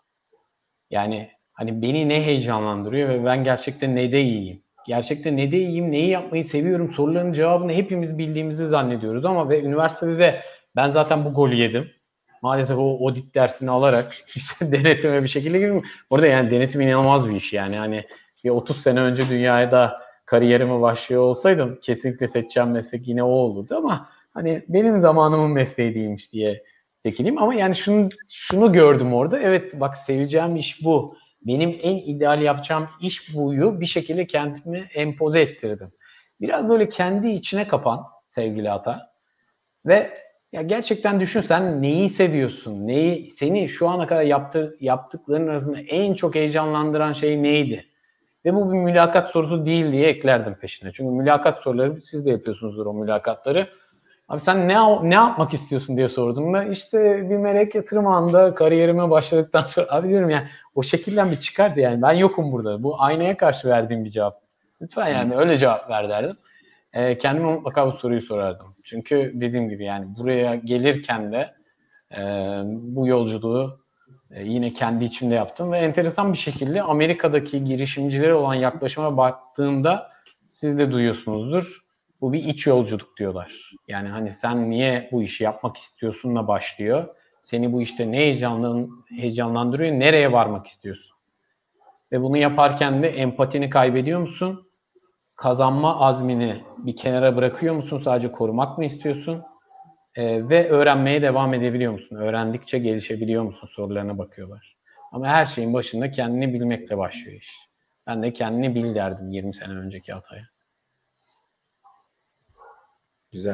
Yani hani beni ne heyecanlandırıyor ve ben gerçekten ne de iyiyim? Gerçekten ne de iyiyim, neyi yapmayı seviyorum soruların cevabını hepimiz bildiğimizi zannediyoruz ama ve üniversitede de ben zaten bu golü yedim. Maalesef o audit dersini alarak işte denetime bir şekilde girdim. Orada yani denetim inanılmaz bir iş yani. Hani bir otuz sene önce dünyada kariyerime başlıyor olsaydım kesinlikle seçeceğim meslek yine o olurdu ama hani benim zamanımın mesleği değilmiş diye çekineyim. Ama yani şunu şunu gördüm orada. Evet bak, seveceğim iş bu. Benim en ideal yapacağım iş buyu bir şekilde kendime empoze ettirdim. Biraz böyle kendi içine kapan sevgili Ata. Ve ya gerçekten düşün, sen neyi seviyorsun? Neyi, seni şu ana kadar yaptır, yaptıkların arasında en çok heyecanlandıran şey neydi? Ve bu bir mülakat sorusu değil diye eklerdim peşine. Çünkü mülakat soruları, siz de yapıyorsunuzdur o mülakatları. Abi sen ne ne yapmak istiyorsun diye sordum ben. İşte bir melek yatırım ağında kariyerime başladıktan sonra abi diyorum yani o şekilden bir çıkardı yani. Ben yokum burada. Bu aynaya karşı verdiğim bir cevap. Lütfen yani öyle cevap ver derdim. E, kendime mutlaka bu soruyu sorardım. Çünkü dediğim gibi yani buraya gelirken de e, bu yolculuğu e, yine kendi içimde yaptım ve enteresan bir şekilde Amerika'daki girişimcilere olan yaklaşıma baktığımda siz de duyuyorsunuzdur. Bu bir iç yolculuk diyorlar. Yani hani sen niye bu işi yapmak istiyorsunla başlıyor. Seni bu işte ne heyecanlan, heyecanlandırıyor, nereye varmak istiyorsun? Ve bunu yaparken de empatini kaybediyor musun? Kazanma azmini bir kenara bırakıyor musun? Sadece korumak mı istiyorsun? Ee, ve öğrenmeye devam edebiliyor musun? Öğrendikçe gelişebiliyor musun? Sorularına bakıyorlar. Ama her şeyin başında kendini bilmekle başlıyor iş. Ben de kendini bil derdim yirmi sene önceki Atay'a. Güzel.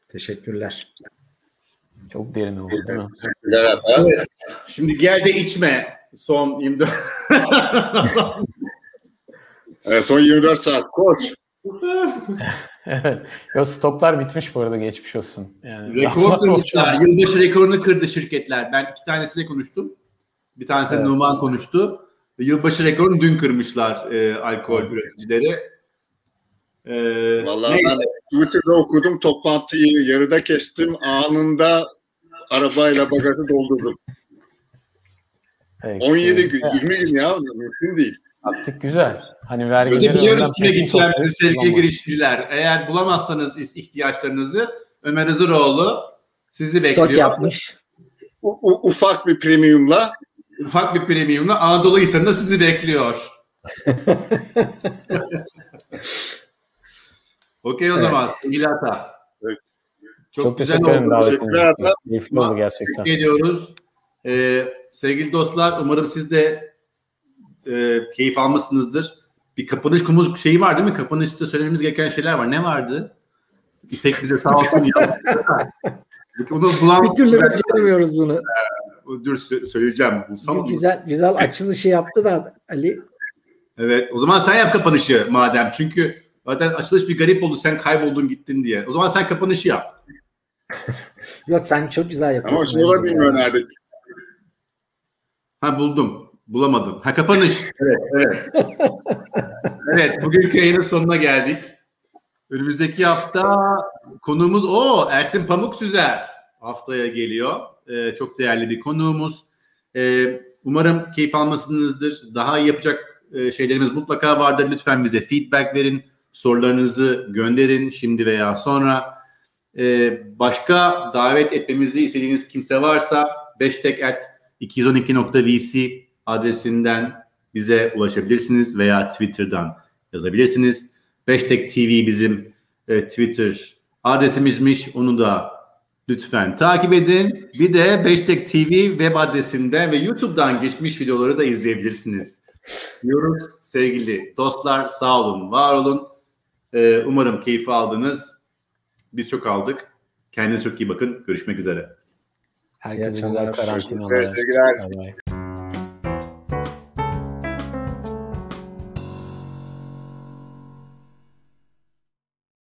Teşekkürler. Çok derin oldu değil mi? Evet. Evet. Şimdi gel de içme. Son yirmi dört Evet, son yirmi dört saat. Koş. Evet. Yo, stoklar bitmiş bu arada, geçmiş olsun. Yani Rekor kırmışlar. Yılbaşı rekorunu kırdı şirketler. Ben iki tanesiyle konuştum. Bir tanesi Evet. Numan konuştu. Yılbaşı rekorunu dün kırmışlar e, alkol Evet. üreticileri. E, Vallahi neyse. ben Twitter'da okudum, toplantıyı yarıda kestim. Anında arabayla bagajı doldurdum. Peki. on yedi gün, Evet. yirmi gün ya. Mümkün değil. Taktik güzel. Hani Önce vergileri biliyoruz önden kime peşin gideceğimizi toplayıp sevgili kullanmak. girişimciler. Eğer bulamazsanız ihtiyaçlarınızı Ömer Hızıroğlu sizi Stok bekliyor. yapmış. U- u- ufak bir premiumla Ufak bir premiumla Anadolu Hisarı'nda sizi bekliyor. Okey o Evet. zaman sevgili Ata. Evet. Çok, Çok güzel teşekkür ederim oldu. davetiniz Teşekkürler için. Ata. Keyifli oldu gerçekten. Teşekkür ediyoruz. Ee, sevgili dostlar umarım siz de e, keyif almışsınızdır. Bir kapanış kumuz şeyi var değil mi? Kapanışta söylememiz gereken şeyler var. Ne vardı? İpek bize sağ olsun ya. Onu bulan, Bir türlü beceremiyoruz bunu. Dur sö- söyleyeceğim. Bulsam mı? Güzel güzel açılışı yaptı da Ali. Evet. O zaman sen yap kapanışı madem. Çünkü zaten açılış bir garip oldu. Sen kayboldun gittin diye. O zaman sen kapanışı yap. Yok sen çok güzel Ama yapıyorsun. şunu da bilmiyor nerede. Ha buldum. Bulamadım. Ha kapanış. Evet, evet. Evet, bugünkü yayının sonuna geldik. Önümüzdeki hafta konuğumuz o Ersin Pamuk Süzer haftaya geliyor. Ee, çok değerli bir konuğumuz. Ee, umarım keyif almışsınızdır. Daha iyi yapacak e, şeylerimiz mutlaka vardır. Lütfen bize feedback verin. Sorularınızı gönderin şimdi veya sonra. Ee, başka davet etmemizi istediğiniz kimse varsa hashtag at iki yüz on iki nokta v c adresinden bize ulaşabilirsiniz veya Twitter'dan yazabilirsiniz. Hashtag T V bizim e, Twitter adresimizmiş. Onu da lütfen takip edin. Bir de hashtag T V web adresinden ve YouTube'dan geçmiş videoları da izleyebilirsiniz. Diyoruz sevgili dostlar. Sağ olun, var olun. Ee, umarım keyif aldınız. Biz çok aldık. Kendinize çok iyi bakın. Görüşmek üzere. Herkese İyi güzel akşamlar. karantina. Sevgiler. Bye bye.